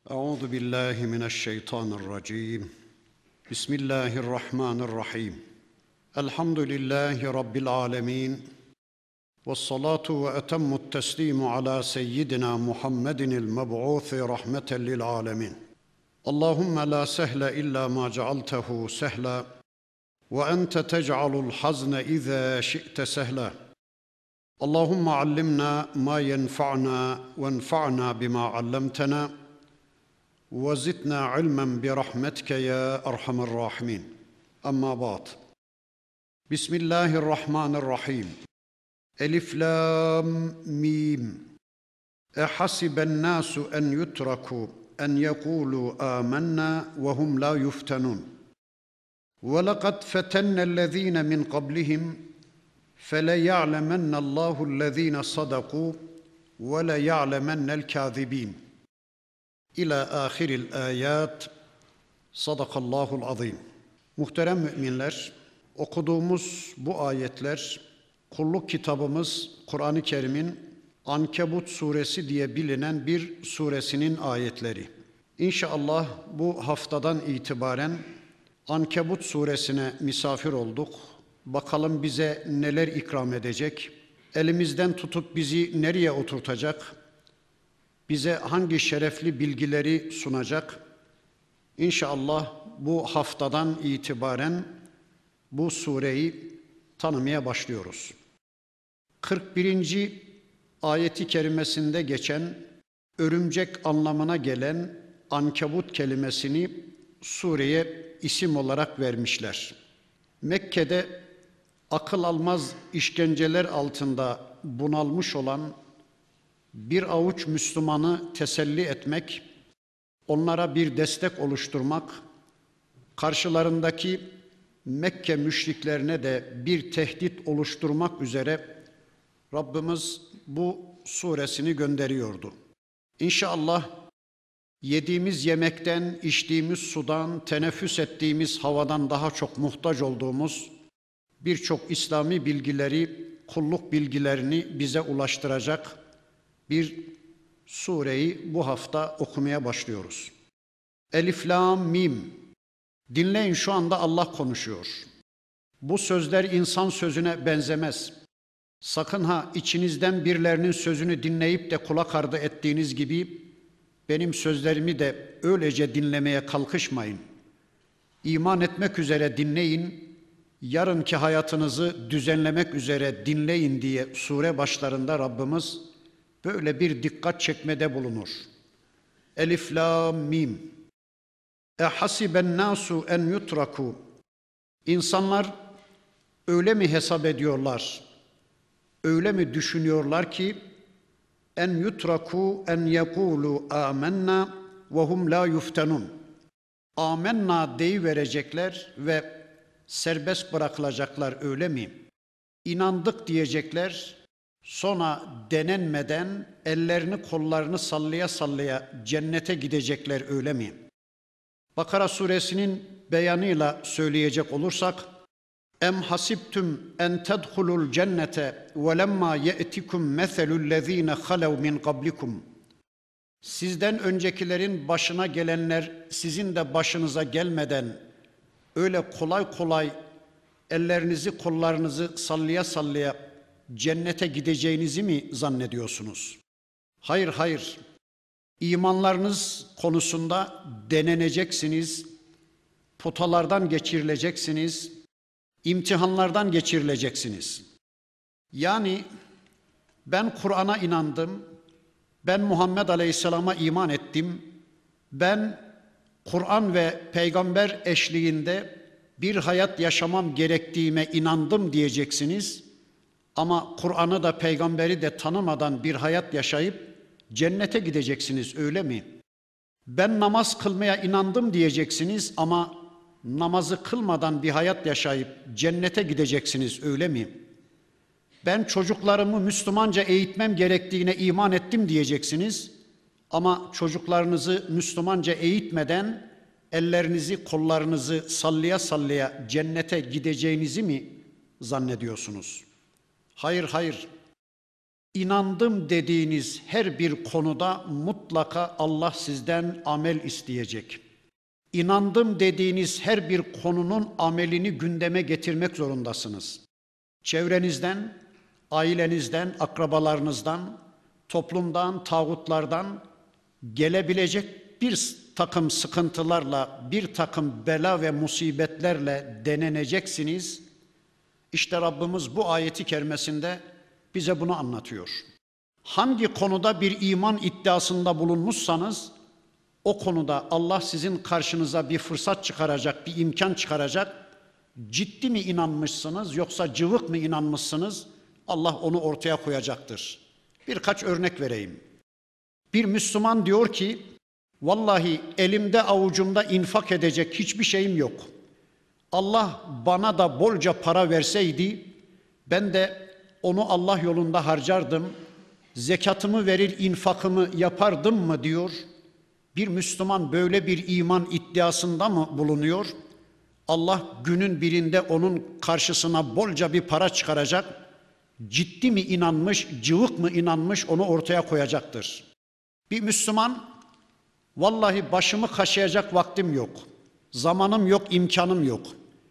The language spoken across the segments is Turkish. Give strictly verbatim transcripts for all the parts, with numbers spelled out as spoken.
أعوذ بالله من الشيطان الرجيم بسم الله الرحمن الرحيم الحمد لله رب العالمين والصلاة وأتم التسليم على سيدنا محمد المبعوث رحمة للعالمين اللهم لا سهل إلا ما جعلته سهلا وأنت تجعل الحزن إذا شئت سهلا اللهم علمنا ما ينفعنا وانفعنا بما علمتنا وزدنا علما برحمتك يا أرحم الراحمين أما بعد بسم الله الرحمن الرحيم ألف لام ميم أحسب الناس أن يتركوا أن يقولوا آمنا وهم لا يفتنون ولقد فتنا الذين من قبلهم فليعلمن الله الذين صدقوا وليعلمن الكاذبين İlâ âhiril âyât. Sadakallâhul azîm. Muhterem müminler, okuduğumuz bu ayetler, kulluk kitabımız Kur'an-ı Kerim'in Ankebut suresi diye bilinen bir suresinin ayetleri. İnşallah bu haftadan itibaren Ankebut suresine misafir olduk. Bakalım bize neler ikram edecek, elimizden tutup bizi nereye oturtacak, bize hangi şerefli bilgileri sunacak? İnşallah bu haftadan itibaren bu sureyi tanımaya başlıyoruz. kırk birinci ayeti kerimesinde geçen örümcek anlamına gelen ankebut kelimesini sureye isim olarak vermişler. Mekke'de akıl almaz işkenceler altında bunalmış olan bir avuç Müslümanı teselli etmek, onlara bir destek oluşturmak, karşılarındaki Mekke müşriklerine de bir tehdit oluşturmak üzere Rabbimiz bu suresini gönderiyordu. İnşallah yediğimiz yemekten, içtiğimiz sudan, teneffüs ettiğimiz havadan daha çok muhtaç olduğumuz birçok İslami bilgileri, kulluk bilgilerini bize ulaştıracak bir sureyi bu hafta okumaya başlıyoruz. Elif, lam, mim. Dinleyin, şu anda Allah konuşuyor. Bu sözler insan sözüne benzemez. Sakın ha içinizden birilerinin sözünü dinleyip de kulak ardı ettiğiniz gibi benim sözlerimi de öylece dinlemeye kalkışmayın. İman etmek üzere dinleyin, yarınki hayatınızı düzenlemek üzere dinleyin diye sure başlarında Rabbimiz böyle bir dikkat çekmede bulunur. Elif, lam, mim. Ehasiben nasu en yutraku. İnsanlar öyle mi hesap ediyorlar, öyle mi düşünüyorlar ki en yutraku en yekulu amenna ve hum la yuftanun. Amenna deyiverecekler ve serbest bırakılacaklar, öyle mi? İnandık diyecekler. Sonra denenmeden ellerini kollarını sallaya sallaya cennete gidecekler, öyle mi? Bakara suresinin beyanıyla söyleyecek olursak Em hasibtum en tedhulul cennete ve lemma ye'tikum meselü'llezine halev min qablikum. Sizden öncekilerin başına gelenler sizin de başınıza gelmeden öyle kolay kolay ellerinizi kollarınızı sallaya sallaya cennete gideceğinizi mi zannediyorsunuz? Hayır, hayır. İmanlarınız konusunda deneneceksiniz, potalardan geçirileceksiniz, imtihanlardan geçirileceksiniz. Yani ben Kur'an'a inandım, ben Muhammed Aleyhisselam'a iman ettim, ben Kur'an ve peygamber eşliğinde bir hayat yaşamam gerektiğime inandım diyeceksiniz. Ama Kur'an'ı da peygamberi de tanımadan bir hayat yaşayıp cennete gideceksiniz, öyle mi? Ben namaz kılmaya inandım diyeceksiniz ama namazı kılmadan bir hayat yaşayıp cennete gideceksiniz, öyle mi? Ben çocuklarımı Müslümanca eğitmem gerektiğine iman ettim diyeceksiniz ama çocuklarınızı Müslümanca eğitmeden ellerinizi kollarınızı sallaya sallaya cennete gideceğinizi mi zannediyorsunuz? Hayır, hayır. İnandım dediğiniz her bir konuda mutlaka Allah sizden amel isteyecek. İnandım dediğiniz her bir konunun amelini gündeme getirmek zorundasınız. Çevrenizden, ailenizden, akrabalarınızdan, toplumdan, tağutlardan gelebilecek bir takım sıkıntılarla, bir takım bela ve musibetlerle deneneceksiniz. İşte Rabbimiz bu ayeti kerimesinde bize bunu anlatıyor. Hangi konuda bir iman iddiasında bulunmuşsanız, o konuda Allah sizin karşınıza bir fırsat çıkaracak, bir imkan çıkaracak. Ciddi mi inanmışsınız yoksa cıvık mı inanmışsınız? Allah onu ortaya koyacaktır. Birkaç örnek vereyim. Bir Müslüman diyor ki, vallahi elimde avucumda infak edecek hiçbir şeyim yok. Allah bana da bolca para verseydi, ben de onu Allah yolunda harcardım, zekatımı verir, infakımı yapardım mı diyor. Bir Müslüman böyle bir iman iddiasında mı bulunuyor? Allah günün birinde onun karşısına bolca bir para çıkaracak. Ciddi mi inanmış, cıvık mı inanmış onu ortaya koyacaktır. Bir Müslüman, vallahi başımı kaşıyacak vaktim yok, zamanım yok, imkanım yok.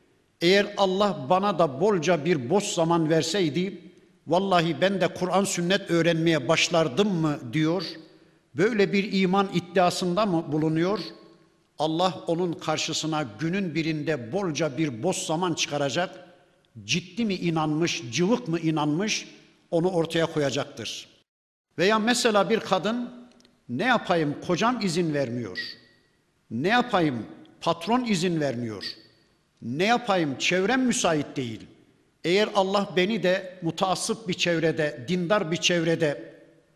Eğer Allah bana da bolca bir boş zaman verseydi, vallahi ben de Kur'an sünnet öğrenmeye başlardım mı diyor. Böyle bir iman iddiasında mı bulunuyor? Allah onun karşısına günün birinde bolca bir boş zaman çıkaracak. Ciddi mi inanmış, cıvık mı inanmış onu ortaya koyacaktır. Veya mesela bir kadın, ne yapayım kocam izin vermiyor. Ne yapayım patron izin vermiyor. Ne yapayım çevrem müsait değil. Eğer Allah beni de mutaassıp bir çevrede, dindar bir çevrede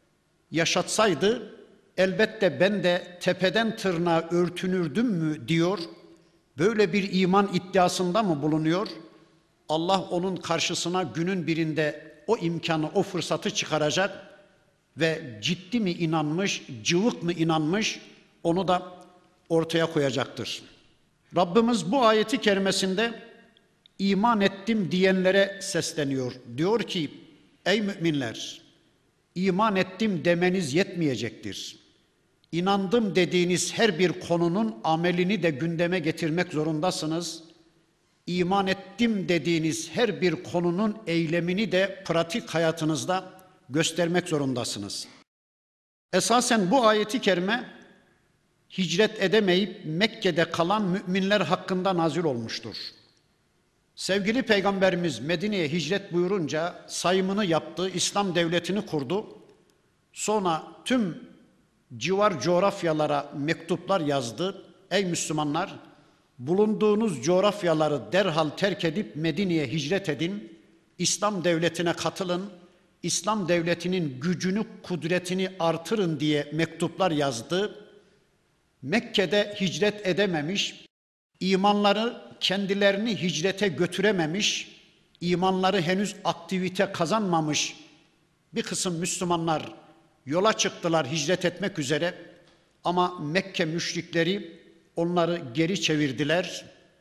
yaşatsaydı, elbette ben de tepeden tırnağa örtünürdüm mü diyor. Böyle bir iman iddiasında mı bulunuyor? Allah onun karşısına günün birinde o imkanı, o fırsatı çıkaracak ve ciddi mi inanmış, cıvık mı inanmış onu da ortaya koyacaktır. Rabbimiz bu ayeti kerimesinde iman ettim diyenlere sesleniyor. Diyor ki, ey müminler, iman ettim demeniz yetmeyecektir. İnandım dediğiniz her bir konunun amelini de gündeme getirmek zorundasınız. İman ettim dediğiniz her bir konunun eylemini de pratik hayatınızda göstermek zorundasınız. Esasen bu ayeti kerime hicret edemeyip Mekke'de kalan müminler hakkında nazil olmuştur. Sevgili Peygamberimiz Medine'ye hicret buyurunca sayımını yaptı, İslam devletini kurdu. Sonra tüm civar coğrafyalara mektuplar yazdı. Ey Müslümanlar, bulunduğunuz coğrafyaları derhal terk edip Medine'ye hicret edin. İslam devletine katılın. İslam devletinin gücünü, kudretini artırın diye mektuplar yazdı. Mekke'de hicret edememiş, imanları kendilerini hicrete götürememiş, imanları henüz aktivite kazanmamış bir kısım Müslümanlar yola çıktılar hicret etmek üzere ama Mekke müşrikleri onları geri çevirdiler.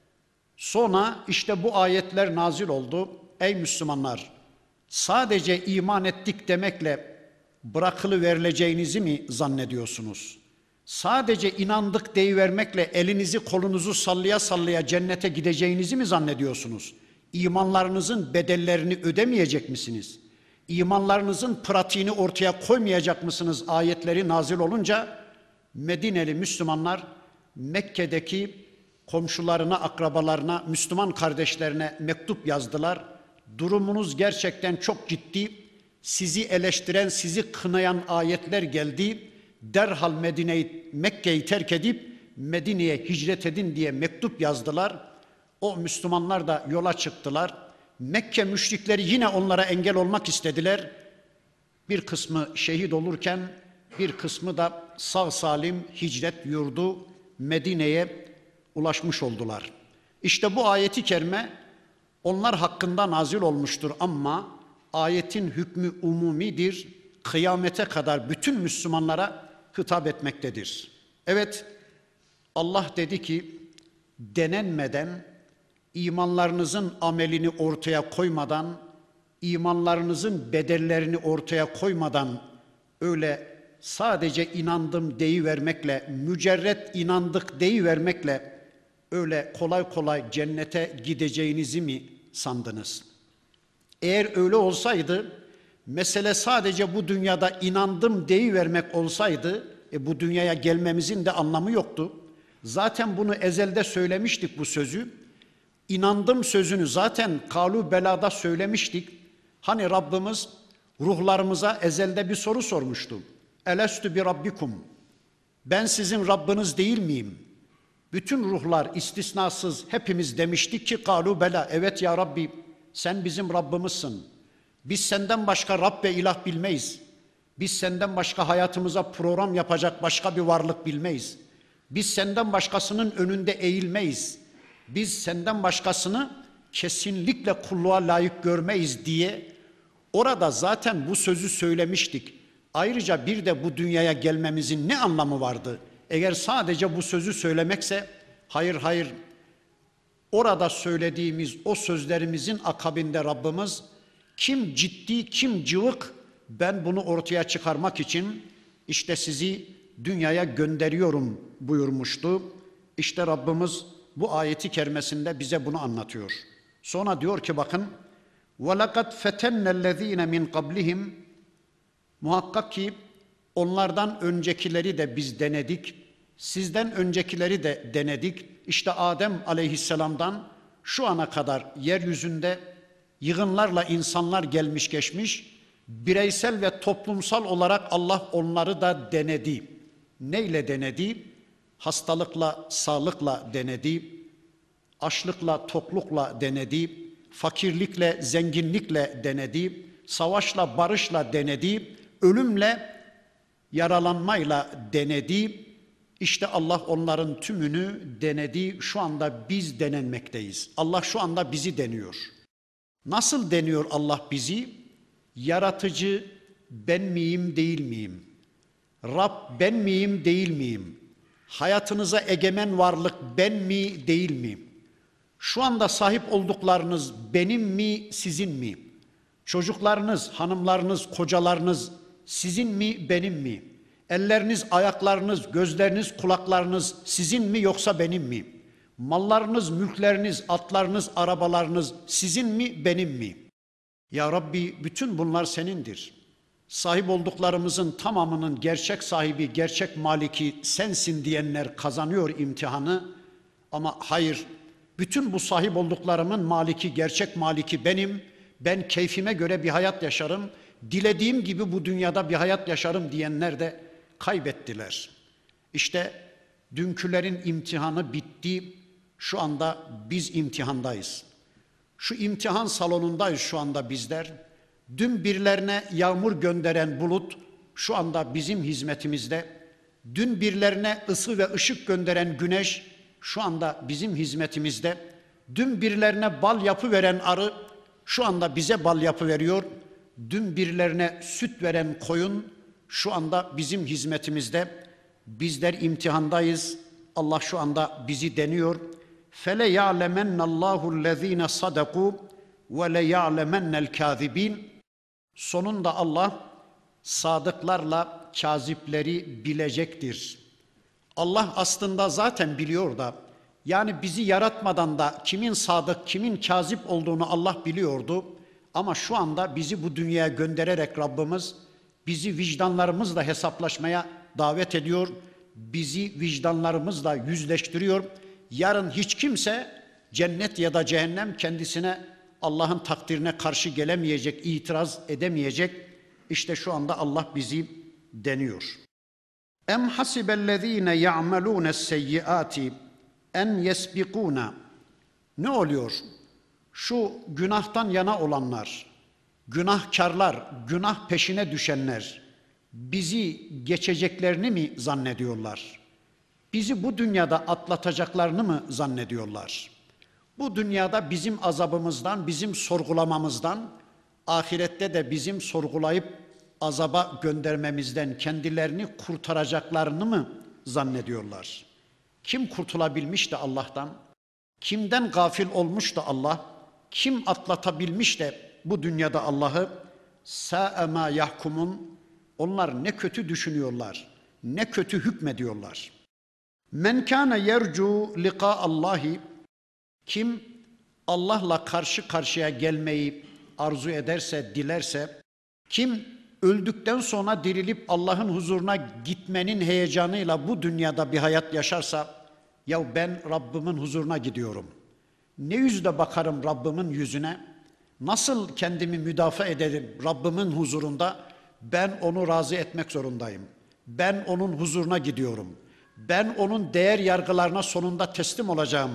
Sonra işte bu ayetler nazil oldu. Ey Müslümanlar, sadece iman ettik demekle bırakılıverileceğinizi mi zannediyorsunuz? Sadece inandık deyivermekle elinizi kolunuzu sallaya sallaya cennete gideceğinizi mi zannediyorsunuz? İmanlarınızın bedellerini ödemeyecek misiniz? İmanlarınızın pratiğini ortaya koymayacak mısınız? Ayetleri nazil olunca Medineli Müslümanlar Mekke'deki komşularına, akrabalarına, Müslüman kardeşlerine mektup yazdılar. Durumunuz gerçekten çok ciddi. Sizi eleştiren, sizi kınayan ayetler geldi. Derhal Medine'yi, Mekke'yi terk edip Medine'ye hicret edin diye mektup yazdılar. O Müslümanlar da yola çıktılar. Mekke müşrikleri yine onlara engel olmak istediler. Bir kısmı şehit olurken bir kısmı da sağ salim hicret yurdu Medine'ye ulaşmış oldular. İşte bu ayeti kerime onlar hakkında nazil olmuştur ama ayetin hükmü umumidir. Kıyamete kadar bütün Müslümanlara hitap etmektedir. Evet, Allah dedi ki, denenmeden, imanlarınızın amelini ortaya koymadan imanlarınızın bedellerini ortaya koymadan öyle sadece inandım deyivermekle, mücerret inandık deyivermekle öyle kolay kolay cennete gideceğinizi mi sandınız? Eğer öyle olsaydı, mesele sadece bu dünyada inandım deyivermek olsaydı, e bu dünyaya gelmemizin de anlamı yoktu. Zaten bunu ezelde söylemiştik bu sözü. İnandım sözünü zaten kalu belada söylemiştik. Hani Rabbimiz ruhlarımıza ezelde bir soru sormuştu. Elestü bi rabbikum. Ben sizin Rabbiniz değil miyim? Bütün ruhlar istisnasız hepimiz demiştik ki kalu bela. Evet ya Rabbi, sen bizim Rabbimizsin. Biz senden başka Rab ve ilah bilmeyiz. Biz senden başka hayatımıza program yapacak başka bir varlık bilmeyiz. Biz senden başkasının önünde eğilmeyiz. Biz senden başkasını kesinlikle kulluğa layık görmeyiz diye orada zaten bu sözü söylemiştik. Ayrıca bir de bu dünyaya gelmemizin ne anlamı vardı? Eğer sadece bu sözü söylemekse, hayır hayır, orada söylediğimiz o sözlerimizin akabinde Rabbimiz kim ciddi kim cıvık, ben bunu ortaya çıkarmak için işte sizi dünyaya gönderiyorum buyurmuştu. İşte Rabbimiz bu ayeti kerimesinde bize bunu anlatıyor. Sonra diyor ki bakın وَلَقَدْ فَتَنَّ الَّذ۪ينَ مِنْ قَبْلِهِمْ Muhakkak ki onlardan öncekileri de biz denedik, sizden öncekileri de denedik. İşte Adem aleyhisselamdan şu ana kadar yeryüzünde yığınlarla insanlar gelmiş geçmiş, bireysel ve toplumsal olarak Allah onları da denedi. Neyle denedi? Hastalıkla, sağlıkla denedi, açlıkla, toklukla denedi, fakirlikle, zenginlikle denedi, savaşla, barışla denedi, ölümle, yaralanmayla denedi. İşte Allah onların tümünü denedi. Şu anda biz denenmekteyiz. Allah şu anda bizi deniyor. Nasıl deniyor Allah bizi? Yaratıcı ben miyim, değil miyim? Rab ben miyim, değil miyim? Hayatınıza egemen varlık ben mi, değil miyim? Şu anda sahip olduklarınız benim mi, sizin mi? Çocuklarınız, hanımlarınız, kocalarınız sizin mi, benim mi? Elleriniz, ayaklarınız, gözleriniz, kulaklarınız sizin mi yoksa benim mi? Mallarınız, mülkleriniz, atlarınız, arabalarınız sizin mi, benim mi? Ya Rabbi bütün bunlar senindir. Sahip olduklarımızın tamamının gerçek sahibi, gerçek maliki sensin diyenler kazanıyor imtihanı. Ama hayır, bütün bu sahip olduklarımın maliki, gerçek maliki benim. Ben keyfime göre bir hayat yaşarım, dilediğim gibi bu dünyada bir hayat yaşarım diyenler de kaybettiler. İşte dünkülerin imtihanı bitti, şu anda biz imtihandayız. Şu imtihan salonundayız şu anda bizler. Dün birilerine yağmur gönderen bulut şu anda bizim hizmetimizde. Dün birilerine ısı ve ışık gönderen güneş şu anda bizim hizmetimizde. Dün birilerine bal yapıveren arı şu anda bize bal yapıveriyor. Dün birilerine süt veren koyun şu anda bizim hizmetimizde. Bizler imtihandayız. Allah şu anda bizi deniyor. Fele ya'lemennallahu allazina sadaku ve le ya'lemennel kazibin. Sonunda Allah sadıklarla kazipleri bilecektir. Allah aslında zaten biliyor da, yani bizi yaratmadan da kimin sadık, kimin kazip olduğunu Allah biliyordu. Ama şu anda bizi bu dünyaya göndererek Rabbimiz bizi vicdanlarımızla hesaplaşmaya davet ediyor. Bizi vicdanlarımızla yüzleştiriyor. Yarın hiç kimse cennet ya da cehennem kendisine Allah'ın takdirine karşı gelemeyecek, itiraz edemeyecek. İşte şu anda Allah bizi deniyor. Em hasibellezine ya'malune's-seyyiati en yesbikuna. Ne oluyor? Şu günahtan yana olanlar, günahkarlar, günah peşine düşenler bizi geçeceklerini mi zannediyorlar? Bizi bu dünyada atlatacaklarını mı zannediyorlar? Bu dünyada bizim azabımızdan, bizim sorgulamamızdan, ahirette de bizim sorgulayıp azaba göndermemizden kendilerini kurtaracaklarını mı zannediyorlar? Kim kurtulabilmiş de Allah'tan? Kimden gafil olmuş da Allah? Kim atlatabilmiş de bu dünyada Allah'ı. Sâ'e mâ yahkumun. Onlar ne kötü düşünüyorlar, ne kötü hükmediyorlar. Men kâne yercu liqâ'allâhi. Kim Allah'la karşı karşıya gelmeyi arzu ederse, dilerse, kim öldükten sonra dirilip Allah'ın huzuruna gitmenin heyecanıyla bu dünyada bir hayat yaşarsa, ya ben Rabbimin huzuruna gidiyorum. Ne yüzle bakarım Rabbimin yüzüne? Nasıl kendimi müdafaa ederim Rabbimin huzurunda? Ben onu razı etmek zorundayım. Ben onun huzuruna gidiyorum. Ben onun değer yargılarına sonunda teslim olacağım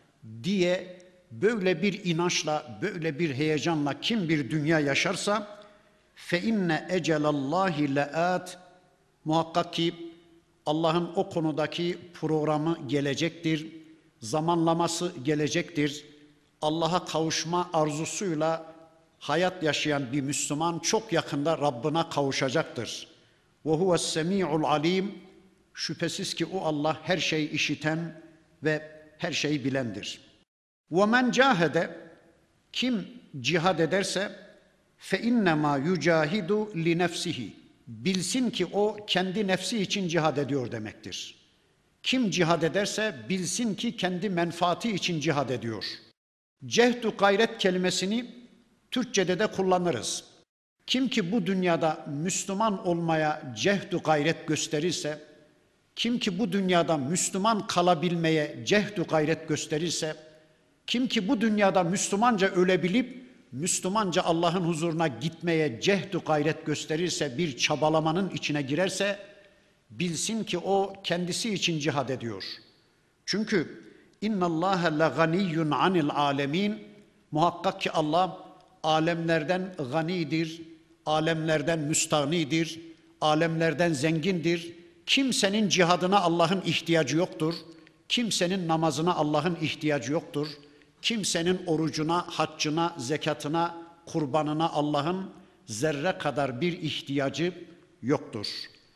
diye böyle bir inançla, böyle bir heyecanla kim bir dünya yaşarsa fe inne ecelallahi leat, muhakkak ki Allah'ın o konudaki programı gelecektir, zamanlaması gelecektir. Allah'a kavuşma arzusuyla hayat yaşayan bir Müslüman çok yakında Rabbine kavuşacaktır. Ve huves-semî'ul alîm. Şüphesiz ki o Allah her şeyi işiten ve her şeyi bilendir. Ve men cahede, kim cihad ederse fe innema yucahidu li nefsihi. Bilsin ki o kendi nefsi için cihad ediyor demektir. Kim cihad ederse bilsin ki kendi menfaati için cihad ediyor. Cehdu gayret kelimesini Türkçe'de de kullanırız. Kim ki bu dünyada Müslüman olmaya cehdu gayret gösterirse, kim ki bu dünyada Müslüman kalabilmeye cehdu gayret gösterirse, kim ki bu dünyada Müslümanca ölebilip Müslümanca Allah'ın huzuruna gitmeye cehdu gayret gösterirse, bir çabalamanın içine girerse, bilsin ki o kendisi için cihad ediyor. Çünkü inna Allahe le ganiyyun anil alemin. Muhakkak ki Allah alemlerden ganidir, alemlerden müstağnidir, alemlerden zengindir. Kimsenin cihadına Allah'ın ihtiyacı yoktur. Kimsenin namazına Allah'ın ihtiyacı yoktur. Kimsenin orucuna, haccına, zekatına, kurbanına Allah'ın zerre kadar bir ihtiyacı yoktur.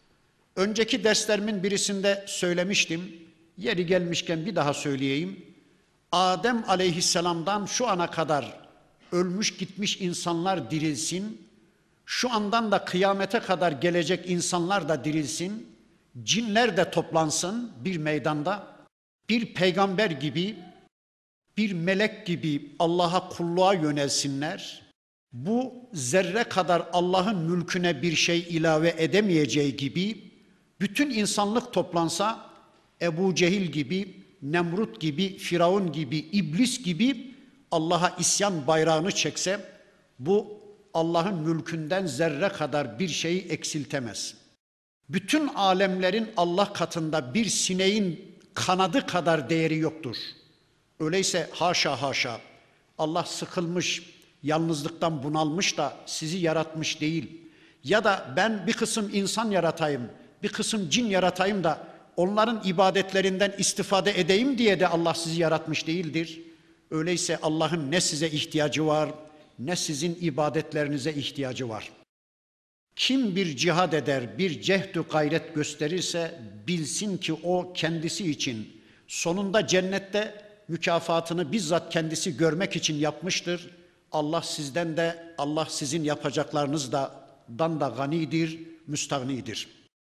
Önceki derslerimin birisinde söylemiştim. Yeri gelmişken bir daha söyleyeyim. Adem aleyhisselamdan şu ana kadar ölmüş gitmiş insanlar dirilsin. Şu andan da kıyamete kadar gelecek insanlar da dirilsin. Cinler de toplansın bir meydanda. Bir peygamber gibi, bir melek gibi Allah'a kulluğa yönelsinler. Bu zerre kadar Allah'ın mülküne bir şey ilave edemeyeceği gibi bütün insanlık toplansa Ebu Cehil gibi, Nemrut gibi, Firavun gibi, İblis gibi Allah'a isyan bayrağını çekse bu Allah'ın mülkünden zerre kadar bir şeyi eksiltemez. Bütün alemlerin Allah katında bir sineğin kanadı kadar değeri yoktur. Öyleyse haşa haşa Allah sıkılmış, yalnızlıktan bunalmış da sizi yaratmış değil. Ya da ben bir kısım insan yaratayım, bir kısım cin yaratayım da onların ibadetlerinden istifade edeyim diye de Allah sizi yaratmış değildir. Öyleyse Allah'ın ne size ihtiyacı var, ne sizin ibadetlerinize ihtiyacı var. Kim bir cihad eder, bir cehdü gayret gösterirse bilsin ki o kendisi için sonunda cennette mükafatını bizzat kendisi görmek için yapmıştır. Allah sizden de, Allah sizin yapacaklarınızdan da ganidir, müstağnidir.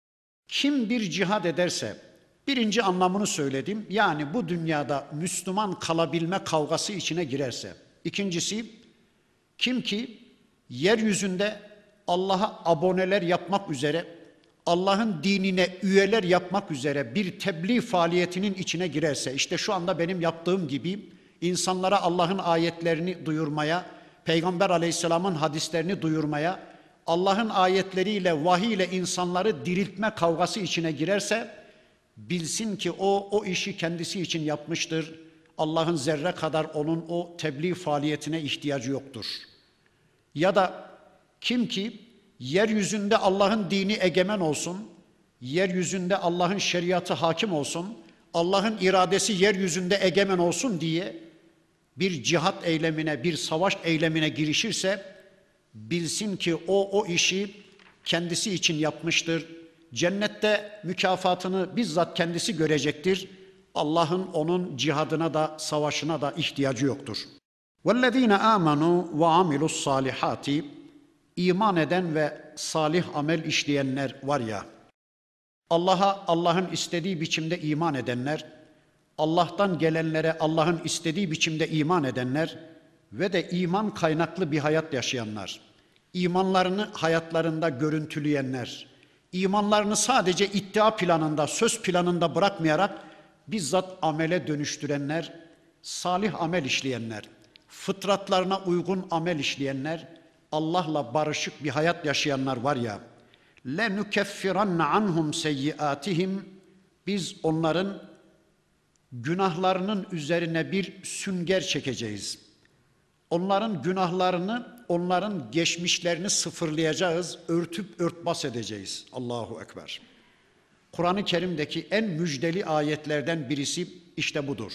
Kim bir cihad ederse, birinci anlamını söyledim. Yani bu dünyada Müslüman kalabilme kavgası içine girerse. İkincisi, kim ki yeryüzünde Allah'a aboneler yapmak üzere, Allah'ın dinine üyeler yapmak üzere bir tebliğ faaliyetinin içine girerse, işte şu anda benim yaptığım gibi insanlara Allah'ın ayetlerini duyurmaya, Peygamber Aleyhisselam'ın hadislerini duyurmaya, Allah'ın ayetleriyle, vahiy ile insanları diriltme kavgası içine girerse, bilsin ki o, o işi kendisi için yapmıştır. Allah'ın zerre kadar onun o tebliğ faaliyetine ihtiyacı yoktur. Ya da kim ki yeryüzünde Allah'ın dini egemen olsun, yeryüzünde Allah'ın şeriatı hakim olsun, Allah'ın iradesi yeryüzünde egemen olsun diye bir cihat eylemine, bir savaş eylemine girişirse, bilsin ki o, o işi kendisi için yapmıştır. Cennette mükafatını bizzat kendisi görecektir. Allah'ın onun cihadına da, savaşına da ihtiyacı yoktur. وَالَّذ۪ينَ آمَنُوا وَعَمِلُوا الصَّالِحَاتِ İman eden ve salih amel işleyenler var ya, Allah'a Allah'ın istediği biçimde iman edenler, Allah'tan gelenlere Allah'ın istediği biçimde iman edenler ve de iman kaynaklı bir hayat yaşayanlar, imanlarını hayatlarında görüntüleyenler, imanlarını sadece iddia planında, söz planında bırakmayarak bizzat amele dönüştürenler, salih amel işleyenler, fıtratlarına uygun amel işleyenler, Allah'la barışık bir hayat yaşayanlar var ya, لَنُكَفِّرَنَّ عَنْهُمْ سَيِّئَاتِهِمْ Biz onların günahlarının üzerine bir sünger çekeceğiz. Onların günahlarını, onların geçmişlerini sıfırlayacağız, örtüp örtbas edeceğiz. Allahu Ekber. Kur'an-ı Kerim'deki en müjdeli ayetlerden birisi işte budur.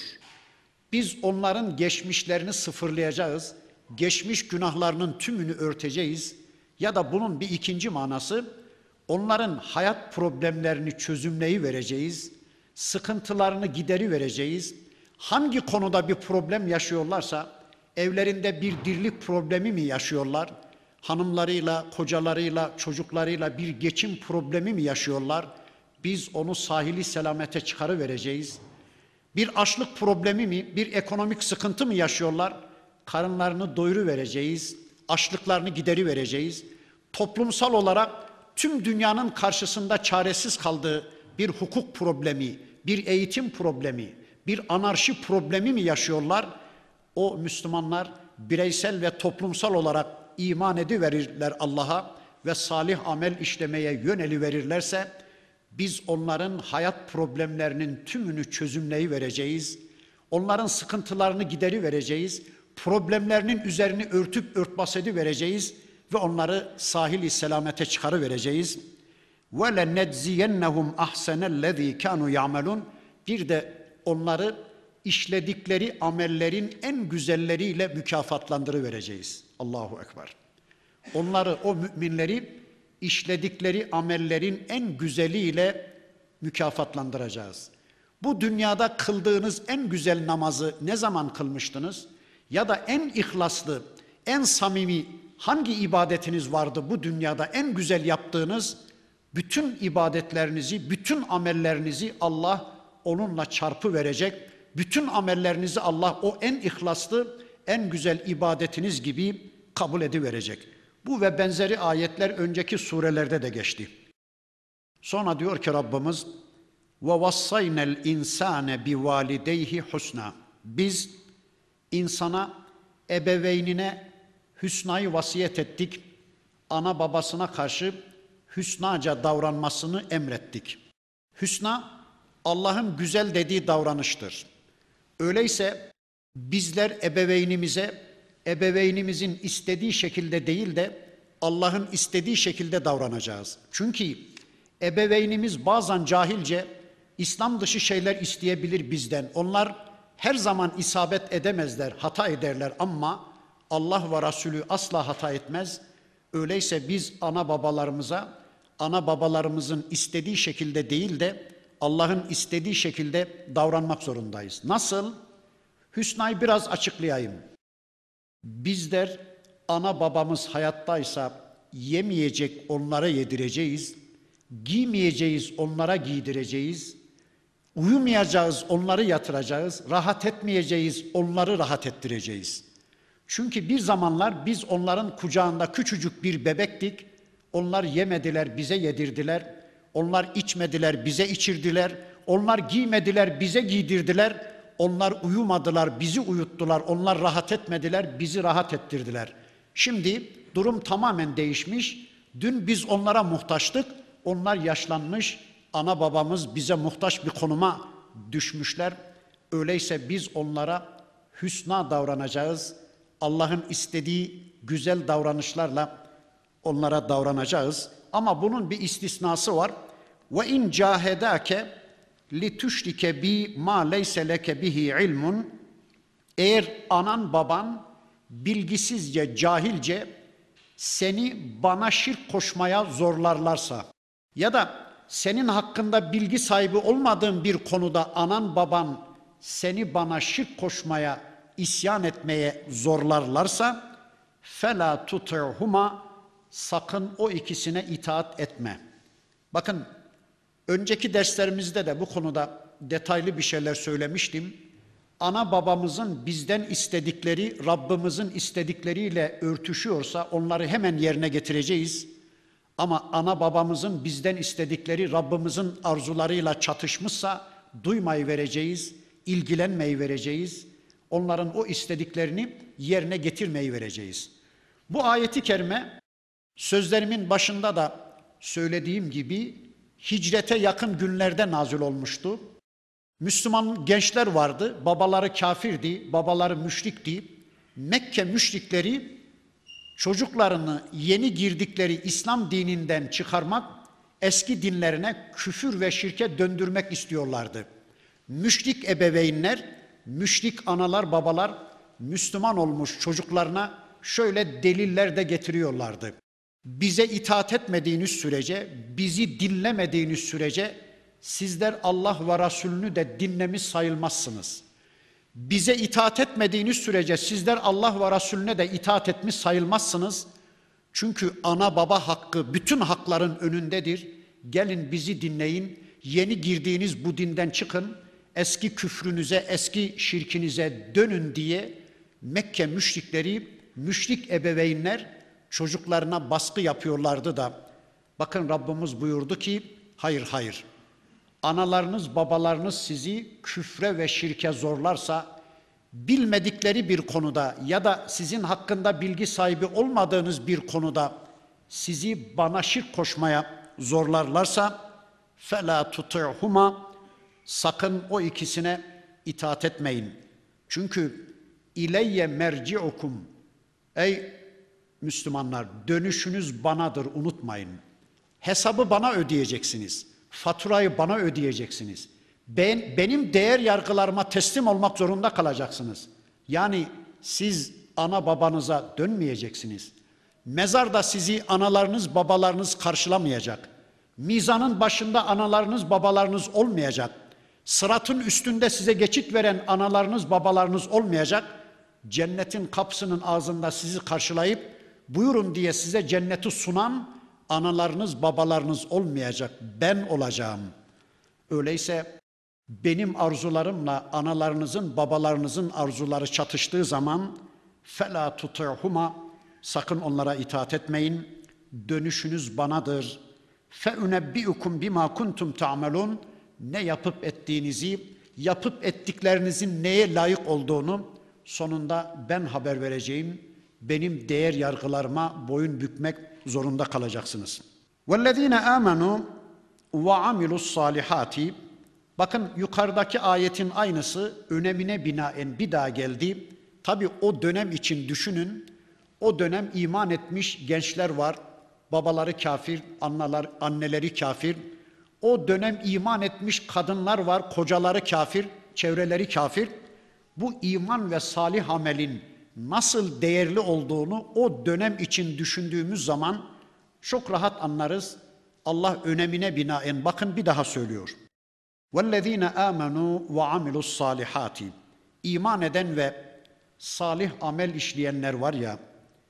Biz onların geçmişlerini sıfırlayacağız, geçmiş günahlarının tümünü örteceğiz ya da bunun bir ikinci manası, onların hayat problemlerini çözümleyi vereceğiz, sıkıntılarını gideri vereceğiz. Hangi konuda bir problem yaşıyorlarsa, evlerinde bir dirlik problemi mi yaşıyorlar, hanımlarıyla, kocalarıyla, çocuklarıyla bir geçim problemi mi yaşıyorlar, biz onu sahili selamete çıkarıvereceğiz. Bir açlık problemi mi, bir ekonomik sıkıntı mı yaşıyorlar, karınlarını doyuruvereceğiz, açlıklarını giderivereceğiz. Toplumsal olarak tüm dünyanın karşısında çaresiz kaldığı bir hukuk problemi, bir eğitim problemi, bir anarşi problemi mi yaşıyorlar? O Müslümanlar bireysel ve toplumsal olarak iman ediverirler Allah'a ve salih amel işlemeye yöneliverirlerse, biz onların hayat problemlerinin tümünü çözümleyivereceğiz. Onların sıkıntılarını giderivereceğiz. Problemlerinin üzerini örtüp örtbas edivereceğiz ve onları sahil-i selamete çıkarıvereceğiz. وَلَنَجْزِيَنَّهُمْ أَحْسَنَ الَّذ۪ي كَانُوا يَعْمَلُونَ Bir de onları işledikleri amellerin en güzelleriyle mükafatlandırıvereceğiz. Allahu Ekber. Onları, o müminleri işledikleri amellerin en güzeliyle mükafatlandıracağız. Bu dünyada kıldığınız en güzel namazı ne zaman kılmıştınız? Ya da en ihlaslı, en samimi hangi ibadetiniz vardı bu dünyada en güzel yaptığınız? Bütün ibadetlerinizi, bütün amellerinizi Allah onunla çarpı verecek. Bütün amellerinizi Allah o en ihlaslı, en güzel ibadetiniz gibi kabul ediverecek. Bu ve benzeri ayetler önceki surelerde de geçti. Sonra diyor ki Rabbimiz وَوَصَّيْنَا الْاِنْسَانَ بِوَالِدَيْهِ حُسْنًا Biz insana, ebeveynine hüsnayı vasiyet ettik. Ana babasına karşı hüsnaca davranmasını emrettik. Hüsna, Allah'ın güzel dediği davranıştır. Öyleyse bizler ebeveynimize, ebeveynimizin istediği şekilde değil de Allah'ın istediği şekilde davranacağız. Çünkü ebeveynimiz bazen cahilce İslam dışı şeyler isteyebilir bizden. Onlar her zaman isabet edemezler, hata ederler ama Allah ve Resulü asla hata etmez. Öyleyse biz ana babalarımıza, ana babalarımızın istediği şekilde değil de Allah'ın istediği şekilde davranmak zorundayız. Nasıl? Hüsna'yı biraz açıklayayım. Bizler ana babamız hayattaysa yemeyecek onlara yedireceğiz, giymeyeceğiz onlara giydireceğiz, uyumayacağız onları yatıracağız, rahat etmeyeceğiz onları rahat ettireceğiz. Çünkü bir zamanlar biz onların kucağında küçücük bir bebektik, onlar yemediler bize yedirdiler, onlar içmediler bize içirdiler, onlar giymediler bize giydirdiler, onlar uyumadılar bizi uyuttular, onlar rahat etmediler bizi rahat ettirdiler. Şimdi durum tamamen değişmiş, dün biz onlara muhtaçtık, onlar yaşlanmış, ana babamız bize muhtaç bir konuma düşmüşler. Öyleyse biz onlara hüsna davranacağız, Allah'ın istediği güzel davranışlarla onlara davranacağız. Ama bunun bir istisnası var. Ve in cahedake li tüşrike bi ma leyse leke bihi ilmun. Eğer anan baban bilgisizce, cahilce seni bana şirk koşmaya zorlarlarsa ya da senin hakkında bilgi sahibi olmadığın bir konuda anan baban seni bana şirk koşmaya isyan etmeye zorlarlarsa فَلَا تُطِعْهُمَا sakın o ikisine itaat etme. Bakın önceki derslerimizde de bu konuda detaylı bir şeyler söylemiştim. Ana babamızın bizden istedikleri Rabbimizin istedikleriyle örtüşüyorsa onları hemen yerine getireceğiz. Ama ana babamızın bizden istedikleri Rabbimizin arzularıyla çatışmışsa duymayı vereceğiz, ilgilenmeyi vereceğiz. Onların o istediklerini yerine getirmeyi vereceğiz. Bu ayeti kerime sözlerimin başında da söylediğim gibi hicrete yakın günlerde nazil olmuştu. Müslüman gençler vardı, babaları kafirdi, babaları müşrikti. Mekke müşrikleri çocuklarını yeni girdikleri İslam dininden çıkarmak, eski dinlerine küfür ve şirke döndürmek istiyorlardı. Müşrik ebeveynler, müşrik analar babalar Müslüman olmuş çocuklarına şöyle deliller de getiriyorlardı. Bize itaat etmediğiniz sürece, bizi dinlemediğiniz sürece sizler Allah ve Resulünü de dinlemiş sayılmazsınız. Bize itaat etmediğiniz sürece sizler Allah ve Resulüne de itaat etmiş sayılmazsınız. Çünkü ana baba hakkı bütün hakların önündedir. Gelin bizi dinleyin, yeni girdiğiniz bu dinden çıkın, eski küfrünüze, eski şirkinize dönün diye Mekke müşrikleri, müşrik ebeveynler çocuklarına baskı yapıyorlardı da bakın Rabbimiz buyurdu ki hayır hayır. Analarınız, babalarınız sizi küfre ve şirke zorlarsa, bilmedikleri bir konuda ya da sizin hakkında bilgi sahibi olmadığınız bir konuda sizi bana şirk koşmaya zorlarlarsa, فَلَا تُطِعْهُمَا sakın o ikisine itaat etmeyin. Çünkü ileyye merci'ukum ey Müslümanlar dönüşünüz banadır unutmayın. Hesabı bana ödeyeceksiniz. Faturayı bana ödeyeceksiniz. Ben, benim değer yargılarıma teslim olmak zorunda kalacaksınız. Yani siz ana babanıza dönmeyeceksiniz. Mezarda sizi analarınız babalarınız karşılamayacak. Mizanın başında analarınız babalarınız olmayacak. Sıratın üstünde size geçit veren analarınız babalarınız olmayacak. Cennetin kapısının ağzında sizi karşılayıp buyurun diye size cenneti sunan analarınız babalarınız olmayacak, ben olacağım. Öyleyse benim arzularımla analarınızın babalarınızın arzuları çatıştığı zaman فَلَا تُطِعْهُمَا sakın onlara itaat etmeyin, dönüşünüz banadır. فَاُنَبِّئُكُمْ بِمَا كُنْتُمْ تَعْمَلُونَ ne yapıp ettiğinizi, yapıp ettiklerinizin neye layık olduğunu sonunda ben haber vereceğim. Benim değer yargılarıma boyun bükmek zorunda kalacaksınız. وَالَّذ۪ينَ آمَنُوا وَعَمِلُوا الصَّالِحَاتِ bakın yukarıdaki ayetin aynısı önemine binaen bir daha geldi. Tabi o dönem için düşünün. O dönem iman etmiş gençler var. Babaları kafir, anneler, anneleri kafir. O dönem iman etmiş kadınlar var, kocaları kafir, çevreleri kafir. Bu iman ve salih amelin nasıl değerli olduğunu o dönem için düşündüğümüz zaman çok rahat anlarız. Allah önemine binaen bakın bir daha söylüyor. وَالَّذ۪ينَ آمَنُوا وَعَمِلُوا الصَّالِحَاتِ İman eden ve salih amel işleyenler var ya,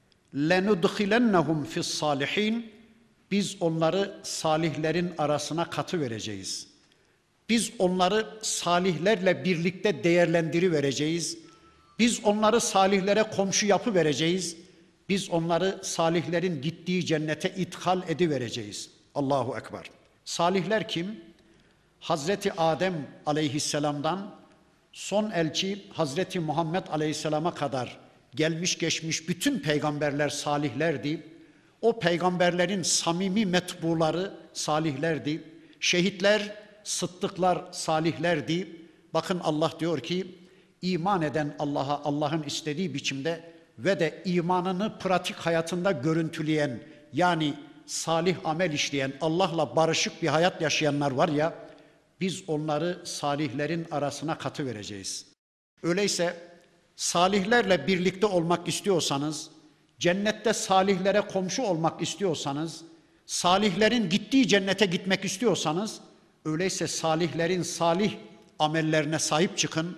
لَنُدْخِلَنَّهُمْ فِي الصَّالِحِينَ biz onları salihlerin arasına katı vereceğiz. Biz onları salihlerle birlikte değerlendirivereceğiz. Biz onları salihlere komşu yapı vereceğiz. Biz onları salihlerin gittiği cennete ithal edivereceğiz. Allahu Ekber. Salihler kim? Hazreti Adem aleyhisselamdan son elçi Hazreti Muhammed aleyhisselama kadar gelmiş geçmiş bütün peygamberler salihlerdi. O peygamberlerin samimi metbuları salihlerdi. Şehitler, sıddıklar salihlerdi. Bakın Allah diyor ki iman eden Allah'a Allah'ın istediği biçimde ve de imanını pratik hayatında görüntüleyen yani salih amel işleyen Allah'la barışık bir hayat yaşayanlar var ya biz onları salihlerin arasına katı vereceğiz. Öyleyse salihlerle birlikte olmak istiyorsanız, cennette salihlere komşu olmak istiyorsanız, salihlerin gittiği cennete gitmek istiyorsanız, öyleyse salihlerin salih amellerine sahip çıkın.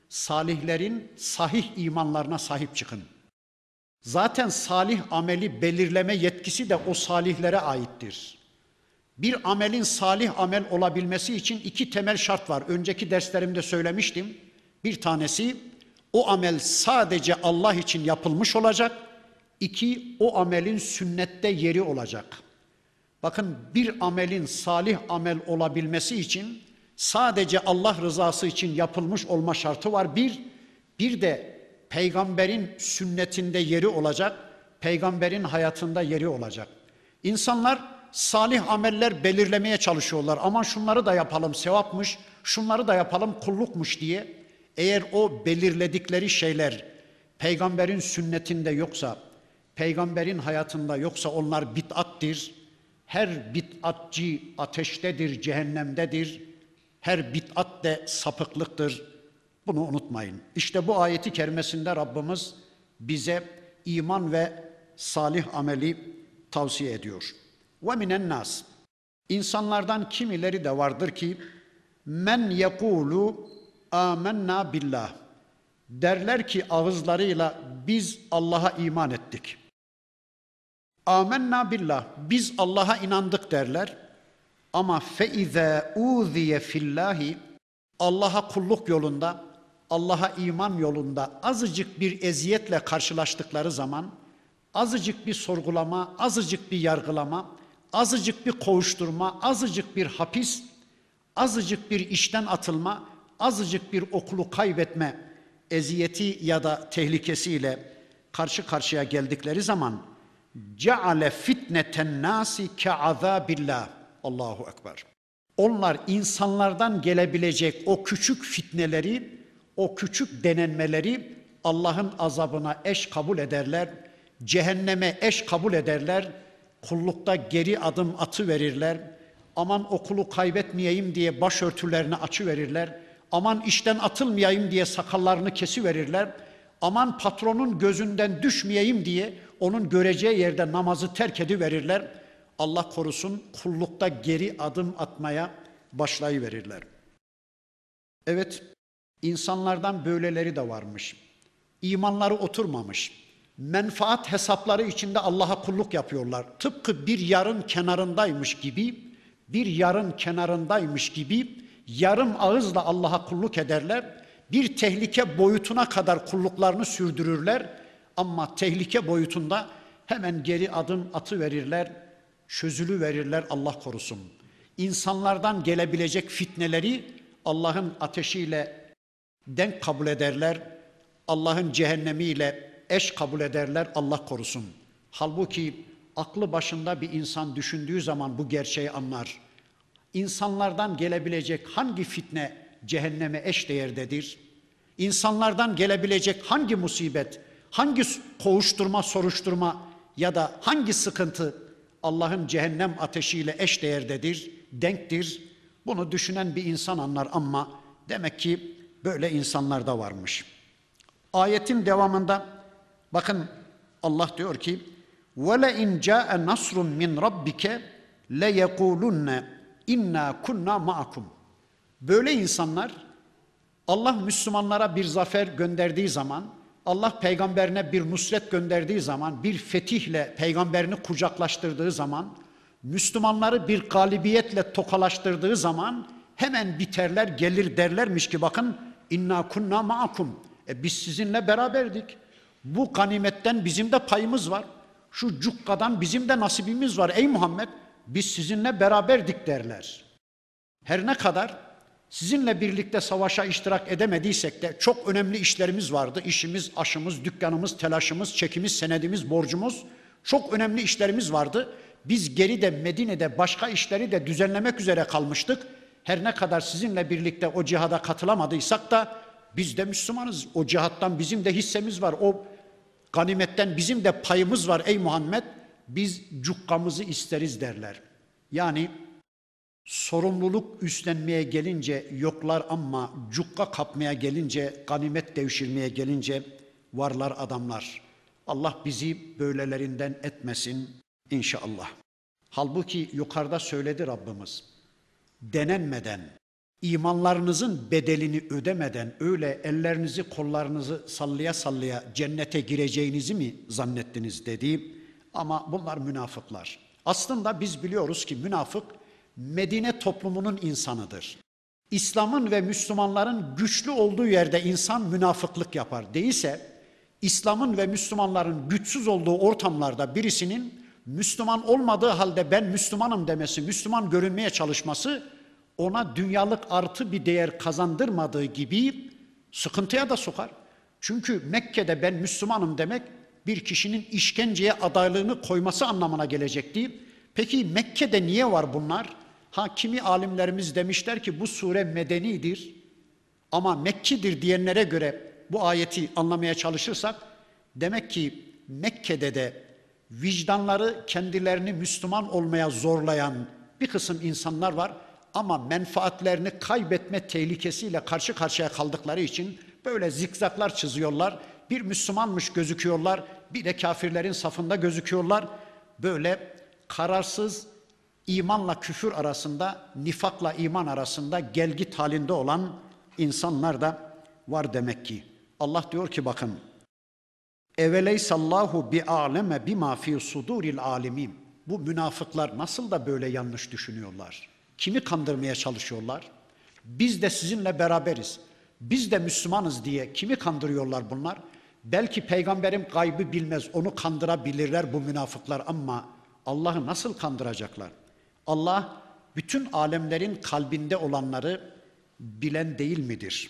salihlerin sahih imanlarına sahip çıkın. Zaten salih ameli belirleme yetkisi de o salihlere aittir. Bir amelin salih amel olabilmesi için iki temel şart var. Önceki derslerimde söylemiştim. Bir tanesi, o amel sadece Allah için yapılmış olacak. İki, o amelin sünnette yeri olacak. Bakın, bir amelin salih amel olabilmesi için sadece Allah rızası için yapılmış olma şartı var. Bir, bir de peygamberin sünnetinde yeri olacak, peygamberin hayatında yeri olacak. İnsanlar salih ameller belirlemeye çalışıyorlar. Aman şunları da yapalım, sevapmış, şunları da yapalım, kullukmuş diye. Eğer o belirledikleri şeyler peygamberin sünnetinde yoksa, peygamberin hayatında yoksa onlar bid'attir. Her bid'atçı ateştedir, cehennemdedir. Her bid'at de sapıklıktır. Bunu unutmayın. İşte bu ayeti kerimesinde Rabbimiz bize iman ve salih ameli tavsiye ediyor. Ve minen nas. İnsanlardan kimileri de vardır ki men yekulu amenna billah. Derler ki ağızlarıyla biz Allah'a iman ettik. Amenna billah. Biz Allah'a inandık derler. Ama feize uziye fillahi, Allah'a kulluk yolunda, Allah'a iman yolunda azıcık bir eziyetle karşılaştıkları zaman, azıcık bir sorgulama, azıcık bir yargılama, azıcık bir kovuşturma, azıcık bir hapis, azıcık bir işten atılma, azıcık bir okulu kaybetme eziyeti ya da tehlikesiyle karşı karşıya geldikleri zaman ceale fitneten nasi ke'azabillah. Allahu ekber. Onlar insanlardan gelebilecek o küçük fitneleri, o küçük denenmeleri Allah'ın azabına eş kabul ederler, cehenneme eş kabul ederler, kullukta geri adım atıverirler, aman okulu kaybetmeyeyim diye başörtülerini açıverirler, aman işten atılmayayım diye sakallarını kesiverirler, aman patronun gözünden düşmeyeyim diye onun göreceği yerde namazı terk ediverirler. Allah korusun, kullukta geri adım atmaya başlayıverirler. Evet, insanlardan böyleleri de varmış. İmanları oturmamış. Menfaat hesapları içinde Allah'a kulluk yapıyorlar. Tıpkı bir yarın kenarındaymış gibi, bir yarın kenarındaymış gibi yarım ağızla Allah'a kulluk ederler. Bir tehlike boyutuna kadar kulluklarını sürdürürler. Ama tehlike boyutunda hemen geri adım atıverirler, çözülü verirler, Allah korusun. İnsanlardan gelebilecek fitneleri Allah'ın ateşiyle denk kabul ederler, Allah'ın cehennemiyle eş kabul ederler, Allah korusun. Halbuki aklı başında bir insan düşündüğü zaman bu gerçeği anlar. İnsanlardan gelebilecek hangi fitne cehenneme eş değerdedir? İnsanlardan gelebilecek hangi musibet, hangi kovuşturma, soruşturma ya da hangi sıkıntı Allah'ın cehennem ateşiyle eş değerdedir, denktir? Bunu düşünen bir insan anlar ama demek ki böyle insanlar da varmış. Ayetin devamında bakın, Allah diyor ki وَلَاِنْ جَاءَ نَصْرٌ مِّنْ رَبِّكَ لَيَقُولُنَّ اِنَّا كُنَّا مَعَكُمْ. Böyle insanlar Allah Müslümanlara bir zafer gönderdiği zaman, Allah peygamberine bir nusret gönderdiği zaman, bir fetihle peygamberini kucaklaştırdığı zaman, Müslümanları bir galibiyetle tokalaştırdığı zaman hemen biterler, gelir derlermiş ki bakın inna kunna ma'akum. E biz sizinle beraberdik. Bu ganimetten bizim de payımız var. Şu cukkadan bizim de nasibimiz var ey Muhammed. Biz sizinle beraberdik derler. Her ne kadar sizinle birlikte savaşa iştirak edemediysek de çok önemli işlerimiz vardı. İşimiz, aşımız, dükkanımız, telaşımız, çekimiz, senedimiz, borcumuz, çok önemli işlerimiz vardı. Biz geride Medine'de başka işleri de düzenlemek üzere kalmıştık. Her ne kadar sizinle birlikte o cihada katılamadıysak da biz de Müslümanız. O cihattan bizim de hissemiz var. O ganimetten bizim de payımız var ey Muhammed. Biz cukkamızı isteriz derler. Yani sorumluluk üstlenmeye gelince yoklar ama cukka kapmaya gelince, ganimet devşirmeye gelince varlar adamlar. Allah bizi böylelerinden etmesin inşallah. Halbuki yukarıda söyledi Rabbimiz. Denenmeden, İmanlarınızın bedelini ödemeden öyle ellerinizi kollarınızı sallaya sallaya cennete gireceğinizi mi zannettiniz dedi. Ama bunlar münafıklar. Aslında biz biliyoruz ki münafık Medine toplumunun insanıdır. İslam'ın ve Müslümanların güçlü olduğu yerde insan münafıklık yapar. Değilse İslam'ın ve Müslümanların güçsüz olduğu ortamlarda birisinin Müslüman olmadığı halde ben Müslümanım demesi, Müslüman görünmeye çalışması ona dünyalık artı bir değer kazandırmadığı gibi sıkıntıya da sokar. Çünkü Mekke'de ben Müslümanım demek bir kişinin işkenceye adaylığını koyması anlamına gelecekti. Peki Mekke'de niye var bunlar? Ha, kimi alimlerimiz demişler ki bu sure medenidir ama Mekki'dir diyenlere göre bu ayeti anlamaya çalışırsak demek ki Mekke'de de vicdanları kendilerini Müslüman olmaya zorlayan bir kısım insanlar var ama menfaatlerini kaybetme tehlikesiyle karşı karşıya kaldıkları için böyle zikzaklar çiziyorlar. Bir Müslümanmış gözüküyorlar, bir de kafirlerin safında gözüküyorlar. Böyle kararsız, imanla küfür arasında, nifakla iman arasında gelgit halinde olan insanlar da var demek ki. Allah diyor ki bakın, eveleysallahu bi'aleme bima fi suduril alimin. Bu münafıklar nasıl da böyle yanlış düşünüyorlar? Kimi kandırmaya çalışıyorlar? Biz de sizinle beraberiz. Biz de Müslümanız diye kimi kandırıyorlar bunlar? Belki peygamberim gaybı bilmez, onu kandırabilirler bu münafıklar ama Allah'ı nasıl kandıracaklar? Allah bütün alemlerin kalbinde olanları bilen değil midir?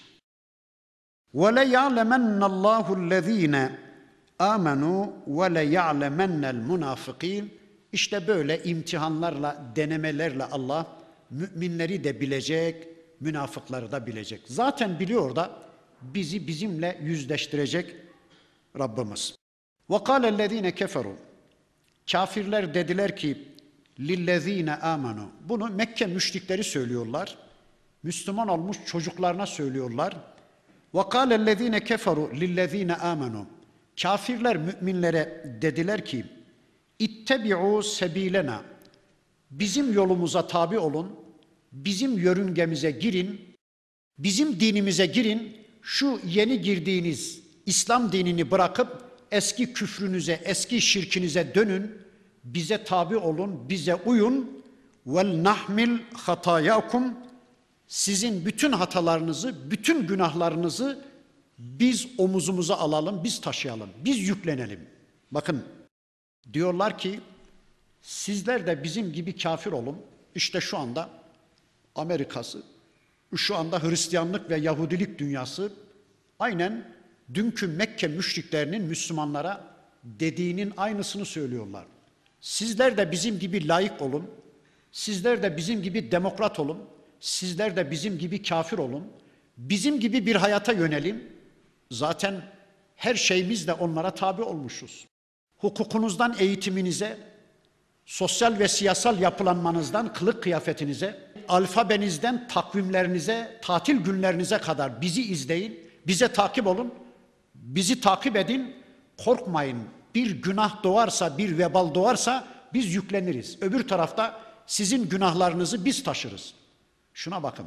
وَلَيَعْلَمَنَّ اللّٰهُ الَّذ۪ينَ آمَنُوا وَلَيَعْلَمَنَّ الْمُنَافِق۪ينَ. İşte böyle imtihanlarla, denemelerle Allah müminleri de bilecek, münafıkları da bilecek. Zaten biliyor da bizi bizimle yüzleştirecek Rabbimiz. وَقَالَ الَّذ۪ينَ كَفَرُوا. Kafirler dediler ki لِلَّذ۪ينَ آمَنُوا. Bunu Mekke müşrikleri söylüyorlar. Müslüman olmuş çocuklarına söylüyorlar. وَقَالَ الَّذ۪ينَ كَفَرُوا لِلَّذ۪ينَ آمَنُوا. Kafirler müminlere dediler ki اِتَّبِعُوا سَب۪يلَنَا. Bizim yolumuza tabi olun, bizim yörüngemize girin, bizim dinimize girin, şu yeni girdiğiniz İslam dinini bırakıp eski küfrünüze, eski şirkinize dönün, bize tabi olun, bize uyun. وَلْنَحْمِلْ خَطَايَاكُمْ. Sizin bütün hatalarınızı, bütün günahlarınızı biz omuzumuza alalım, biz taşıyalım, biz yüklenelim. Bakın diyorlar ki sizler de bizim gibi kafir olun. İşte şu anda Amerika'sı, şu anda Hristiyanlık ve Yahudilik dünyası aynen dünkü Mekke müşriklerinin Müslümanlara dediğinin aynısını söylüyorlar. Sizler de bizim gibi layık olun, sizler de bizim gibi demokrat olun, sizler de bizim gibi kafir olun, bizim gibi bir hayata yönelin. Zaten her şeyimizle onlara tabi olmuşuz. Hukukunuzdan eğitiminize, sosyal ve siyasal yapılanmanızdan kılık kıyafetinize, alfabenizden takvimlerinize, tatil günlerinize kadar bizi izleyin, bize takip olun, bizi takip edin, korkmayın. Bir günah doğarsa, bir vebal doğarsa biz yükleniriz. Öbür tarafta sizin günahlarınızı biz taşırız. Şuna bakın,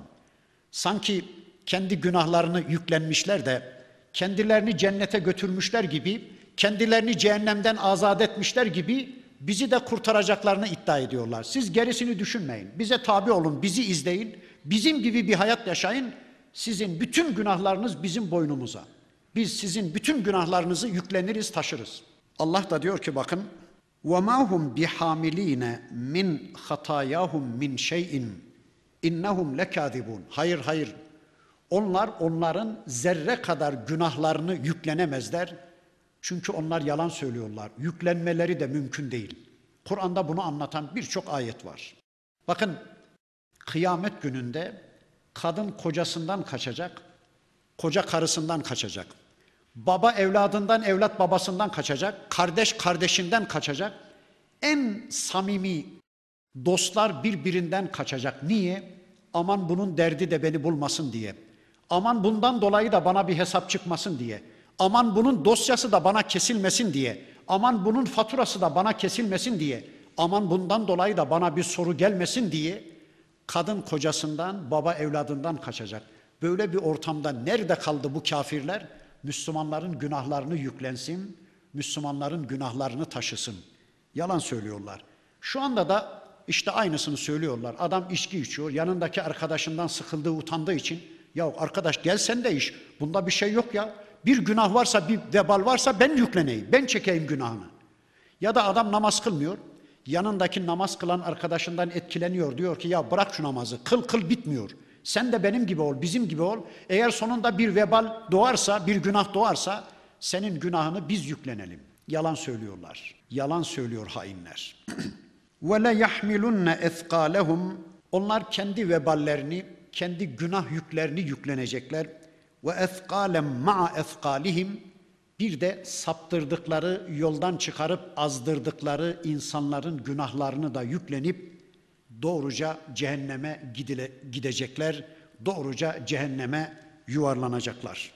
sanki kendi günahlarını yüklenmişler de kendilerini cennete götürmüşler gibi, kendilerini cehennemden azat etmişler gibi bizi de kurtaracaklarını iddia ediyorlar. Siz gerisini düşünmeyin, bize tabi olun, bizi izleyin, bizim gibi bir hayat yaşayın, sizin bütün günahlarınız bizim boynumuza. Biz sizin bütün günahlarınızı yükleniriz, taşırız. Allah da diyor ki bakın, وَمَا هُمْ بِحَامِل۪ينَ مِنْ خَطَايَاهُمْ مِنْ شَيْءٍ İnnehum lekâzibûn. Hayır hayır. Onlar onların zerre kadar günahlarını yüklenemezler. Çünkü onlar yalan söylüyorlar. Yüklenmeleri de mümkün değil. Kur'an'da bunu anlatan birçok ayet var. Bakın kıyamet gününde kadın kocasından kaçacak, koca karısından kaçacak. Baba evladından, evlat babasından kaçacak, kardeş kardeşinden kaçacak. En samimi dostlar birbirinden kaçacak. Niye? Aman bunun derdi de beni bulmasın diye. Aman bundan dolayı da bana bir hesap çıkmasın diye. Aman bunun dosyası da bana kesilmesin diye. Aman bunun faturası da bana kesilmesin diye. Aman bundan dolayı da bana bir soru gelmesin diye Kadın kocasından, baba evladından kaçacak. Böyle bir ortamda nerede kaldı bu kafirler? Müslümanların günahlarını yüklensin, Müslümanların günahlarını taşısın. Yalan söylüyorlar. Şu anda da işte aynısını söylüyorlar. Adam içki içiyor, yanındaki arkadaşından sıkıldığı, utandığı için, ya arkadaş gel sen de iç, bunda bir şey yok ya. Bir günah varsa, bir vebal varsa ben yükleneyim, ben çekeyim günahını. Ya da adam namaz kılmıyor, yanındaki namaz kılan arkadaşından etkileniyor. Diyor ki ya bırak şu namazı, kıl kıl bitmiyor. Sen de benim gibi ol, bizim gibi ol. Eğer sonunda bir vebal doğarsa, bir günah doğarsa senin günahını biz yüklenelim. Yalan söylüyorlar. Yalan söylüyor hainler. وَلَا يَحْمِلُنَّ اَثْقَالَهُمْ Onlar kendi veballerini, kendi günah yüklerini yüklenecekler. وَاَثْقَالًا مَعَ اَثْقَالِهِمْ Bir de saptırdıkları, yoldan çıkarıp azdırdıkları insanların günahlarını da yüklenip doğruca cehenneme gidile, gidecekler, doğruca cehenneme yuvarlanacaklar.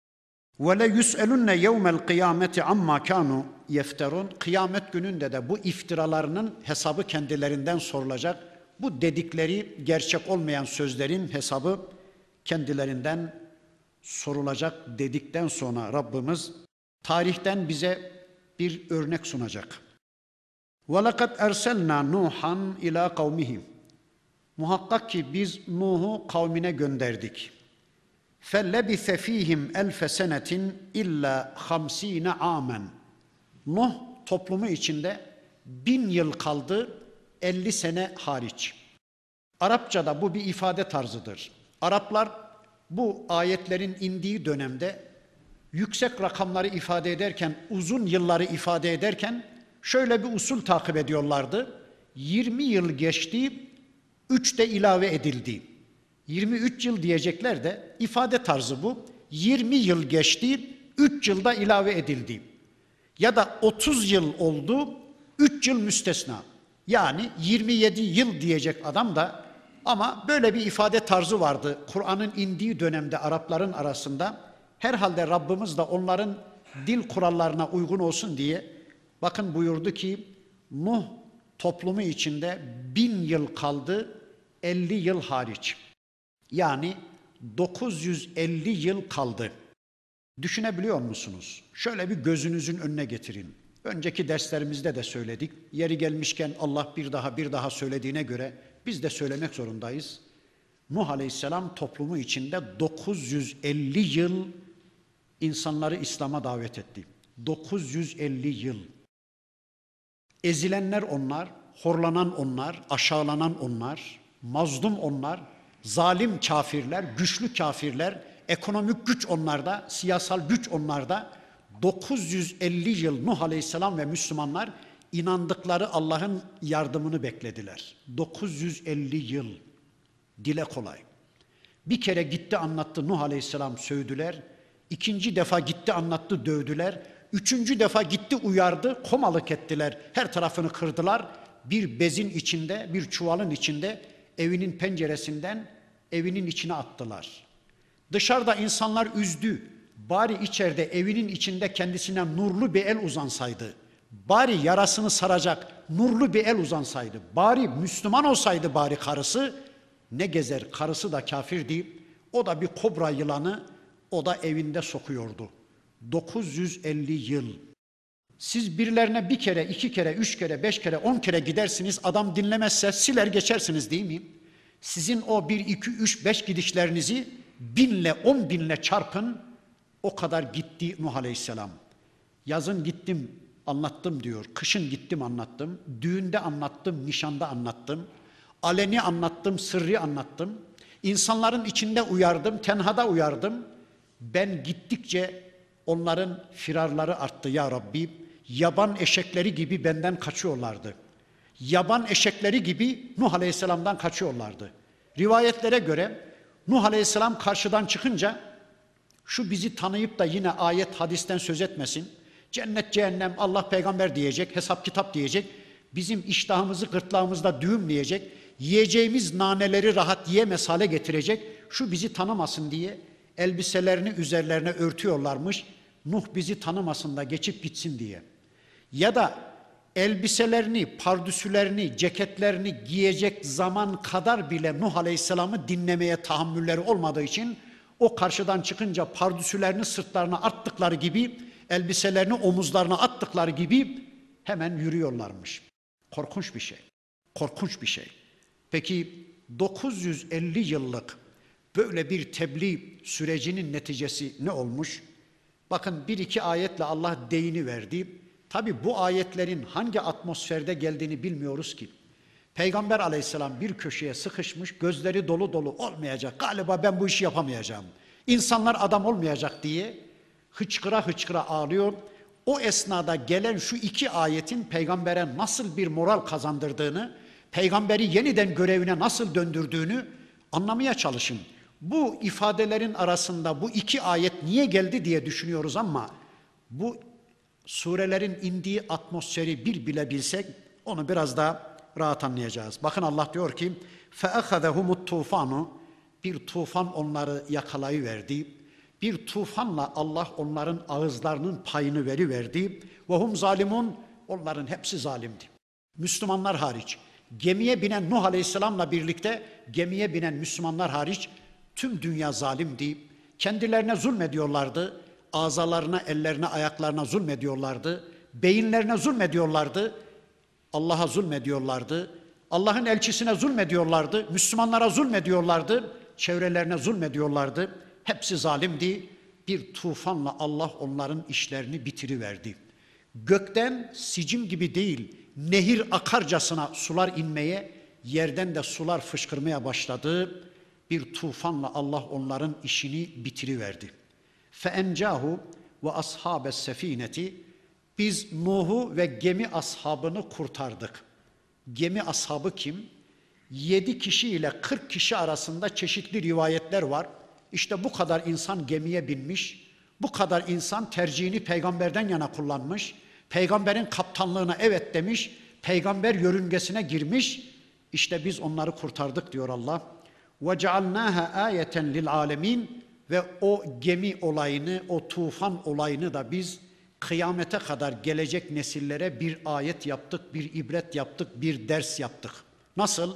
وَلَا يُسْأَلُنَّ يَوْمَ الْقِيَامَةِ عَمَّا كَانُوا يَفْتَرُونَ Kıyamet gününde de bu iftiralarının hesabı kendilerinden sorulacak. Bu dedikleri gerçek olmayan sözlerin hesabı kendilerinden sorulacak dedikten sonra Rabbimiz tarihten bize bir örnek sunacak. وَلَقَدْ اَرْسَلْنَا نُوحًا اِلَى قَوْمِهِ Muhakkak ki biz Nuh'u kavmine gönderdik. فَلَّبِثَ ف۪يهِمْ اَلْفَ سَنَةٍ اِلَّا خَمْس۪ينَ عَامًا Nuh toplumu içinde bin yıl kaldı, elli sene hariç. Arapçada bu bir ifade tarzıdır. Araplar bu ayetlerin indiği dönemde yüksek rakamları ifade ederken, uzun yılları ifade ederken şöyle bir usul takip ediyorlardı. yirmi yıl geçti, üç de ilave edildi. yirmi üç yıl diyecekler de ifade tarzı bu. yirmi yıl geçti, üç yılda ilave edildi. Ya da otuz yıl oldu, üç yıl müstesna. Yani yirmi yedi yıl diyecek adam da, ama böyle bir ifade tarzı vardı Kur'an'ın indiği dönemde Arapların arasında. Herhalde Rabbimiz de onların dil kurallarına uygun olsun diye bakın buyurdu ki Nuh toplumu içinde bin yıl kaldı, elli yıl hariç. Yani dokuz yüz elli yıl kaldı. Düşünebiliyor musunuz? Şöyle bir gözünüzün önüne getirin. Önceki derslerimizde de söyledik. Yeri gelmişken Allah bir daha bir daha söylediğine göre biz de söylemek zorundayız. Nuh Aleyhisselam toplumu içinde dokuz yüz elli yıl insanları İslam'a davet etti. dokuz yüz elli yıl. Ezilenler onlar, horlanan onlar, aşağılanan onlar, mazlum onlar, zalim kafirler, güçlü kafirler, ekonomik güç onlarda, siyasal güç onlarda. dokuz yüz elli yıl Nuh Aleyhisselam ve Müslümanlar inandıkları Allah'ın yardımını beklediler. dokuz yüz elli yıl. Dile kolay. Bir kere gitti anlattı Nuh Aleyhisselam, sövdüler. İkinci defa gitti anlattı, dövdüler. Üçüncü defa gitti uyardı, komalık ettiler. Her tarafını kırdılar. Bir bezin içinde, bir çuvalın içinde evinin penceresinden evinin içine attılar. Dışarıda insanlar üzdü. Bari içeride evinin içinde kendisine nurlu bir el uzansaydı. Bari yarasını saracak nurlu bir el uzansaydı. Bari Müslüman olsaydı bari karısı. Ne gezer, karısı da kafirdi. O da bir kobra yılanı, o da evinde sokuyordu. dokuz yüz elli yıl. Siz birilerine bir kere, iki kere, üç kere, beş kere, on kere gidersiniz, adam dinlemezse siler geçersiniz değil mi? Sizin o bir, iki, üç, beş gidişlerinizi binle, on binle çarpın, o kadar gitti Nuh Aleyhisselam. Yazın gittim, anlattım diyor, kışın gittim anlattım, düğünde anlattım, nişanda anlattım, aleni anlattım, sırrı anlattım, insanların içinde uyardım, tenhada uyardım. Ben gittikçe onların firarları arttı ya Rabbi. Yaban eşekleri gibi benden kaçıyorlardı. Yaban eşekleri gibi Nuh Aleyhisselam'dan kaçıyorlardı. Rivayetlere göre Nuh Aleyhisselam karşıdan çıkınca şu bizi tanıyıp da yine ayet hadisten söz etmesin. Cennet, cehennem, Allah peygamber diyecek, hesap kitap diyecek. Bizim iştahımızı gırtlağımızda düğümleyecek. Yiyeceğimiz naneleri rahat yiyemez hale getirecek. Şu bizi tanımasın diye elbiselerini üzerlerine örtüyorlarmış. Nuh bizi tanımasın da geçip gitsin diye. Ya da elbiselerini, pardüsülerini, ceketlerini giyecek zaman kadar bile Nuh Aleyhisselam'ı dinlemeye tahammülleri olmadığı için o karşıdan çıkınca pardüsülerini sırtlarına attıkları gibi, elbiselerini omuzlarına attıkları gibi hemen yürüyorlarmış. Korkunç bir şey. Korkunç bir şey. Peki dokuz yüz elli yıllık böyle bir tebliğ sürecinin neticesi ne olmuş? Bakın bir iki ayetle Allah deyini verdi. Tabi bu ayetlerin hangi atmosferde geldiğini bilmiyoruz ki. Peygamber aleyhisselam bir köşeye sıkışmış, gözleri dolu dolu olmayacak. Galiba ben bu işi yapamayacağım. İnsanlar adam olmayacak diye hıçkıra hıçkıra ağlıyor. O esnada gelen şu iki ayetin peygambere nasıl bir moral kazandırdığını, peygamberi yeniden görevine nasıl döndürdüğünü anlamaya çalışın. Bu ifadelerin arasında bu iki ayet niye geldi diye düşünüyoruz ama bu surelerin indiği atmosferi bir bile bilsek onu biraz daha rahat anlayacağız. Bakın Allah diyor ki فَأَخَذَهُمُ الطُّوفَانُ Bir tufan onları yakalayıverdi. Bir tufanla Allah onların ağızlarının payını veriverdi. وَهُمْ zalimun Onların hepsi zalimdi. Müslümanlar hariç. Gemiye binen Nuh Aleyhisselam'la birlikte gemiye binen Müslümanlar hariç tüm dünya zalimdi. Kendilerine zulmediyorlardı. Azalarına, ellerine, ayaklarına zulmediyorlardı. Beyinlerine zulmediyorlardı. Allah'a zulmediyorlardı. Allah'ın elçisine zulmediyorlardı. Müslümanlara zulmediyorlardı. Çevrelerine zulmediyorlardı. Hepsi zalimdi. Bir tufanla Allah onların işlerini bitiriverdi. Gökten sicim gibi değil, nehir akarcasına sular inmeye, yerden de sular fışkırmaya başladı. Bir tufanla Allah onların işini bitiriverdi. فَاَنْجَاهُ وَأَصْحَابَ السَّف۪ينَةِ Biz Nuh'u ve gemi ashabını kurtardık. Gemi ashabı kim? Yedi kişi ile kırk kişi arasında çeşitli rivayetler var. İşte bu kadar insan gemiye binmiş, bu kadar insan tercihini peygamberden yana kullanmış, peygamberin kaptanlığına evet demiş, peygamber yörüngesine girmiş. İşte biz onları kurtardık diyor Allah. وَجَعَلْنَاهَا آيَةً لِلْعَالَمِينَ Ve o gemi olayını, o tufan olayını da biz kıyamete kadar gelecek nesillere bir ayet yaptık, bir ibret yaptık, bir ders yaptık. Nasıl?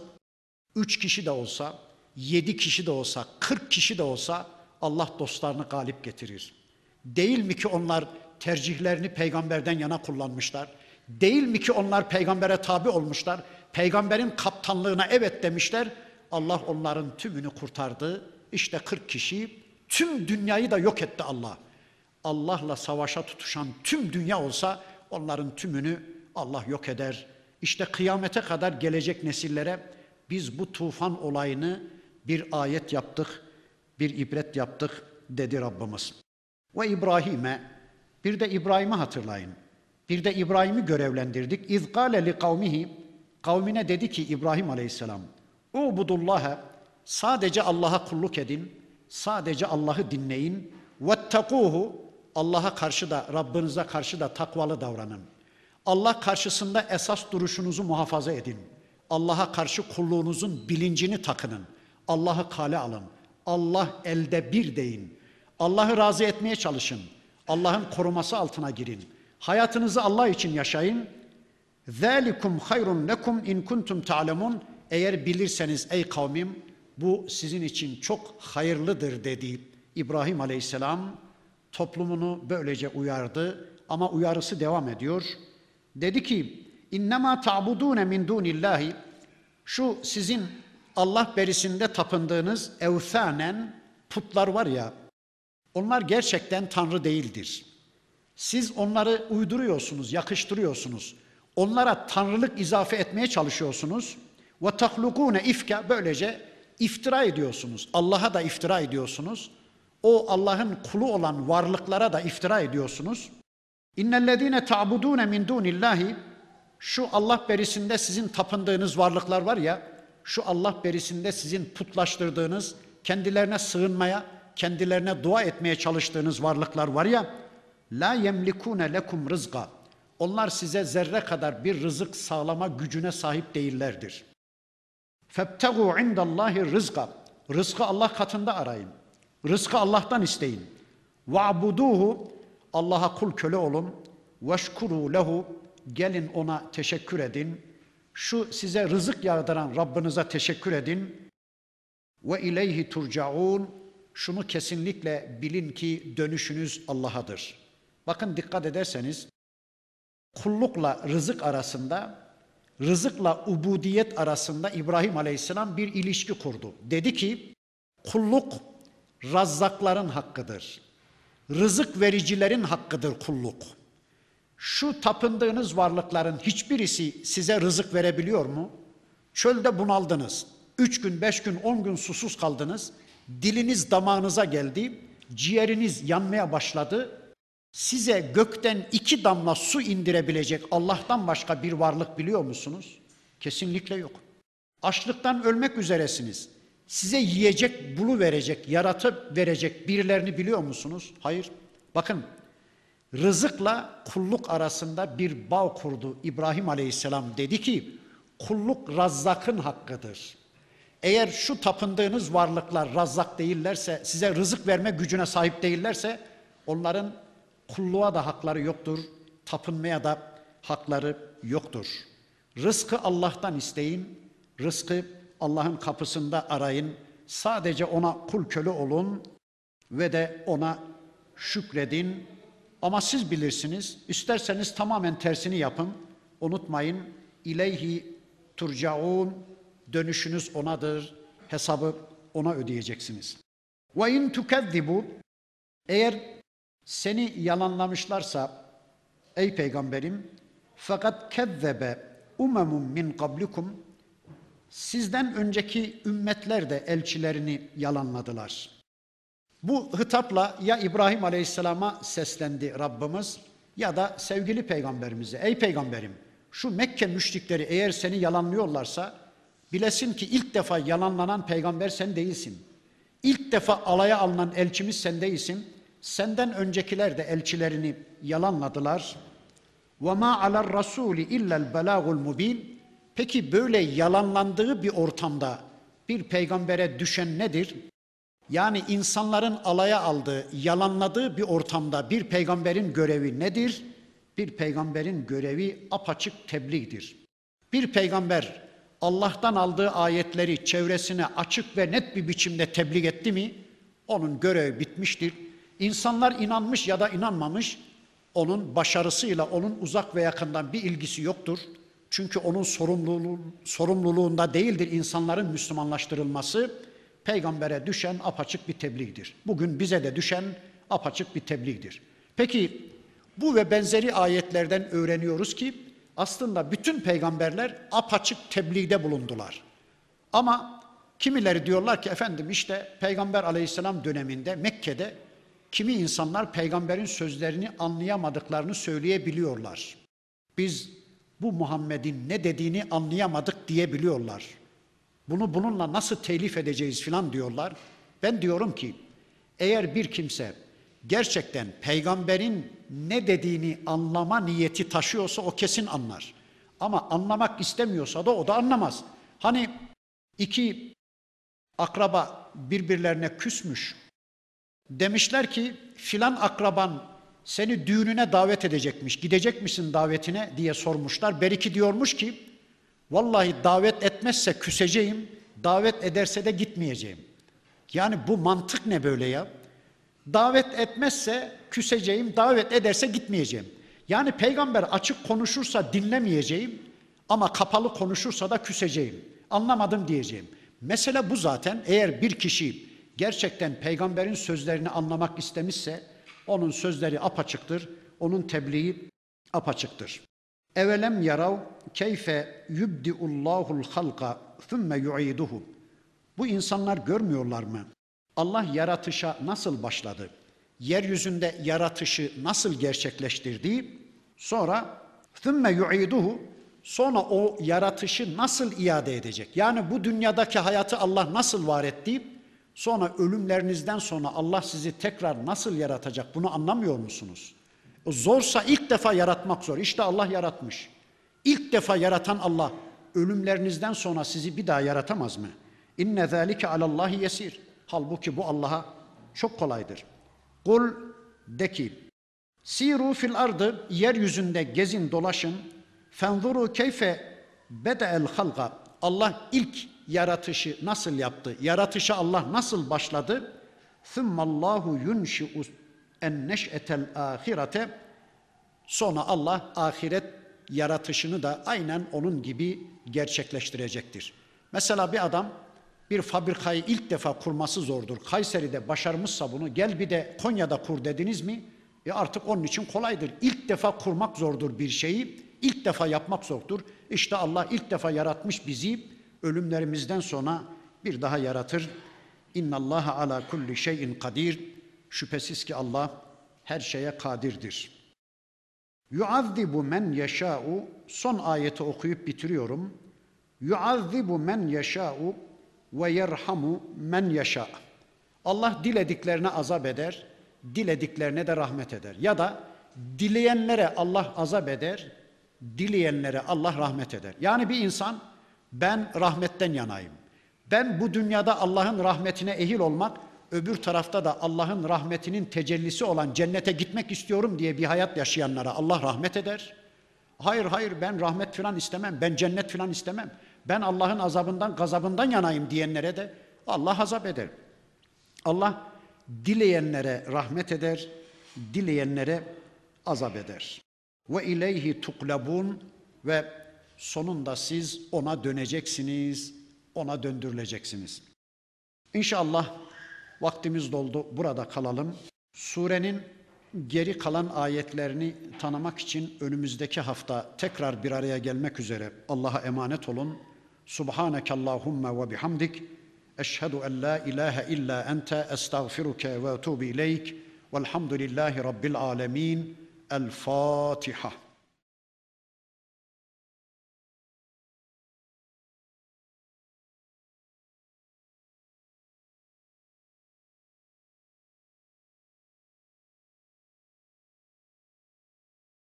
Üç kişi de olsa, yedi kişi de olsa, kırk kişi de olsa Allah dostlarını galip getirir. Değil mi ki onlar tercihlerini peygamberden yana kullanmışlar? Değil mi ki onlar peygambere tabi olmuşlar? Peygamberin kaptanlığına evet demişler. Allah onların tümünü kurtardı. İşte kırk kişi, tüm dünyayı da yok etti Allah. Allah'la savaşa tutuşan tüm dünya olsa onların tümünü Allah yok eder. İşte kıyamete kadar gelecek nesillere biz bu tufan olayını bir ayet yaptık, bir ibret yaptık dedi Rabbimiz. Ve İbrahim'e, bir de İbrahim'i hatırlayın. Bir de İbrahim'i görevlendirdik. İz gâle li kavmihi, kavmine dedi ki İbrahim Aleyhisselam, ubudullaha, sadece Allah'a kulluk edin, sadece Allah'ı dinleyin. Vettekuhu, Allah'a karşı da, Rabbinize karşı da takvalı davranın. Allah karşısında esas duruşunuzu muhafaza edin. Allah'a karşı kulluğunuzun bilincini takının. Allah'ı kale alın. Allah elde bir deyin. Allah'ı razı etmeye çalışın. Allah'ın koruması altına girin. Hayatınızı Allah için yaşayın. ذَٰلِكُمْ خَيْرٌ لَكُمْ اِنْ كُنْتُمْ تَعْلَمُونَ Eğer bilirseniz ey kavmim, bu sizin için çok hayırlıdır dedi İbrahim Aleyhisselam. Toplumunu böylece uyardı ama uyarısı devam ediyor. Dedi ki, اِنَّمَا تَعْبُدُونَ مِنْ دُونِ اللّٰهِ Şu sizin Allah berisinde tapındığınız evthanen putlar var ya, onlar gerçekten Tanrı değildir. Siz onları uyduruyorsunuz, yakıştırıyorsunuz. Onlara tanrılık izafe etmeye çalışıyorsunuz. وَتَخْلُقُونَ ifka Böylece iftira ediyorsunuz. Allah'a da iftira ediyorsunuz. O Allah'ın kulu olan varlıklara da iftira ediyorsunuz. اِنَّ ta'budun min dunillahi Şu Allah berisinde sizin tapındığınız varlıklar var ya, şu Allah berisinde sizin putlaştırdığınız, kendilerine sığınmaya, kendilerine dua etmeye çalıştığınız varlıklar var ya, la yemlikune lekum rızqa. Onlar size zerre kadar bir rızık sağlama gücüne sahip değillerdir. Febtegu indallahi rızqa. Rızkı Allah katında arayın. Rızkı Allah'tan isteyin. Va'buduhu. Allah'a kul köle olun. Veşkuru lehu. gelin ona teşekkür edin. Şu size rızık yağdıran Rabbinize teşekkür edin. Ve ileyhi turcaun. Şunu kesinlikle bilin ki dönüşünüz Allah'adır. Bakın dikkat ederseniz kullukla rızık arasında, rızıkla ubudiyet arasında İbrahim Aleyhisselam bir ilişki kurdu. Dedi ki kulluk razzakların hakkıdır. Rızık vericilerin hakkıdır kulluk. Şu tapındığınız varlıkların hiçbirisi size rızık verebiliyor mu? Çölde bunaldınız. Üç gün, beş gün, on gün susuz kaldınız. Diliniz damağınıza geldi. Ciğeriniz yanmaya başladı. Size gökten iki damla su indirebilecek Allah'tan başka bir varlık biliyor musunuz? Kesinlikle yok. Açlıktan ölmek üzeresiniz. Size yiyecek buluverecek, yaratıp verecek birilerini biliyor musunuz? Hayır. Bakın, rızıkla kulluk arasında bir bağ kurdu İbrahim Aleyhisselam. Dedi ki, kulluk Razzak'ın hakkıdır. Eğer şu tapındığınız varlıklar Razzak değillerse, size rızık verme gücüne sahip değillerse, onların kulluğa da hakları yoktur, tapınmaya da hakları yoktur. Rızkı Allah'tan isteyin, rızkı Allah'ın kapısında arayın, sadece ona kul köle olun ve de ona şükredin. Ama siz bilirsiniz, isterseniz tamamen tersini yapın. Unutmayın, ileyhi turcaun, dönüşünüz onadır, hesabı ona ödeyeceksiniz. Ve in tukezzibu, eğer seni yalanlamışlarsa ey peygamberim, fakat kezzebe umemun min kablikum, sizden önceki ümmetler de elçilerini yalanladılar. Bu hitapla ya İbrahim Aleyhisselam'a seslendi Rabbimiz ya da sevgili peygamberimize. Ey peygamberim, şu Mekke müşrikleri eğer seni yalanlıyorlarsa bilesin ki ilk defa yalanlanan peygamber sen değilsin. İlk defa alaya alınan elçimiz sen değilsin. Senden öncekiler de elçilerini yalanladılar. وَمَا عَلَى الرَّسُولِ اِلَّا الْبَلَاغُ الْمُب۪ينَ. Peki böyle yalanlandığı bir ortamda bir peygambere düşen nedir? Yani insanların alaya aldığı, yalanladığı bir ortamda bir peygamberin görevi nedir? Bir peygamberin görevi apaçık tebliğdir. Bir peygamber Allah'tan aldığı ayetleri çevresine açık ve net bir biçimde tebliğ etti mi, onun görevi bitmiştir. İnsanlar inanmış ya da inanmamış, onun başarısıyla onun uzak ve yakından bir ilgisi yoktur. Çünkü onun sorumluluğu, sorumluluğunda değildir insanların Müslümanlaştırılması. Peygambere düşen apaçık bir tebliğdir. Bugün bize de düşen apaçık bir tebliğdir. Peki bu ve benzeri ayetlerden öğreniyoruz ki aslında bütün peygamberler apaçık tebliğde bulundular. Ama kimileri diyorlar ki efendim işte Peygamber Aleyhisselam döneminde Mekke'de kimi insanlar peygamberin sözlerini anlayamadıklarını söyleyebiliyorlar. Biz bu Muhammed'in ne dediğini anlayamadık diyebiliyorlar. Bunu bununla nasıl telif edeceğiz filan diyorlar. Ben diyorum ki eğer bir kimse gerçekten peygamberin ne dediğini anlama niyeti taşıyorsa o kesin anlar. Ama anlamak istemiyorsa da o da anlamaz. Hani iki akraba birbirlerine küsmüş. Demişler ki filan akraban seni düğününe davet edecekmiş. Gidecek misin davetine diye sormuşlar. Beriki diyormuş ki vallahi davet etmezse küseceğim, davet ederse de gitmeyeceğim. Yani bu mantık ne böyle ya? Davet etmezse küseceğim, davet ederse gitmeyeceğim. Yani peygamber açık konuşursa dinlemeyeceğim ama kapalı konuşursa da küseceğim. Anlamadım diyeceğim. Mesele bu zaten. Eğer bir kişi gerçekten peygamberin sözlerini anlamak istemişse onun sözleri apaçıktır, onun tebliği apaçıktır. Evelem yarav keyfe yubdiullahul halqa thumme yu'iduhu. Bu insanlar görmüyorlar mı? Allah yaratışa nasıl başladı? Yeryüzünde yaratışı nasıl gerçekleştirdi? Sonra thumme yu'iduhu, sonra o yaratışı nasıl iade edecek? Yani bu dünyadaki hayatı Allah nasıl var etti? Sonra ölümlerinizden sonra Allah sizi tekrar nasıl yaratacak? Bunu anlamıyor musunuz? O zorsa ilk defa yaratmak zor. İşte Allah yaratmış. İlk defa yaratan Allah ölümlerinizden sonra sizi bir daha yaratamaz mı? İnne zâlike alallahi yesir. Halbuki bu Allah'a çok kolaydır. Kul de ki, siru fil ardı, yeryüzünde gezin dolaşın, Fenzuru keyfe bede'el halqa. Allah ilk yaratışı nasıl yaptı? Yaratışa Allah nasıl başladı? Thummallahu yunşi'u en neş'etel ahirete. Sonra Allah ahiret yaratışını da aynen onun gibi gerçekleştirecektir. Mesela bir adam bir fabrikayı ilk defa kurması zordur. Kayseri'de başarmışsa bunu, gel bir de Konya'da kur dediniz mi? E artık onun için kolaydır. İlk defa kurmak zordur bir şeyi, ilk defa yapmak zordur. İşte Allah ilk defa yaratmış bizi, ölümlerimizden sonra bir daha yaratır. İnnallâhe alâ kulli şeyin kadir. Şüphesiz ki Allah her şeye kadirdir. Yuazzibu men yeşâ'u. Son ayeti okuyup bitiriyorum. Yuazzibu men yeşâ'u ve yerhamu men yeşâ. Allah dilediklerine azap eder, dilediklerine de rahmet eder. Ya da dileyenlere Allah azap eder, dileyenlere Allah rahmet eder. Yani bir insan, ben rahmetten yanayım. Ben bu dünyada Allah'ın rahmetine ehil olmak, öbür tarafta da Allah'ın rahmetinin tecellisi olan cennete gitmek istiyorum diye bir hayat yaşayanlara Allah rahmet eder. Hayır hayır ben rahmet filan istemem, ben cennet filan istemem. Ben Allah'ın azabından, gazabından yanayım diyenlere de Allah azap eder. Allah dileyenlere rahmet eder, dileyenlere azap eder. Ve ileyhi tuklabun. Ve sonunda siz ona döneceksiniz, ona döndürüleceksiniz. İnşallah vaktimiz doldu, burada kalalım. Surenin geri kalan ayetlerini tanımak için önümüzdeki hafta tekrar bir araya gelmek üzere Allah'a emanet olun. Subhaneke Allahumma ve bihamdik. Eşhedü en la ilahe illa ente estağfiruke ve etûbü ileyk. Velhamdülillahi Rabbil alemin. El Fatiha.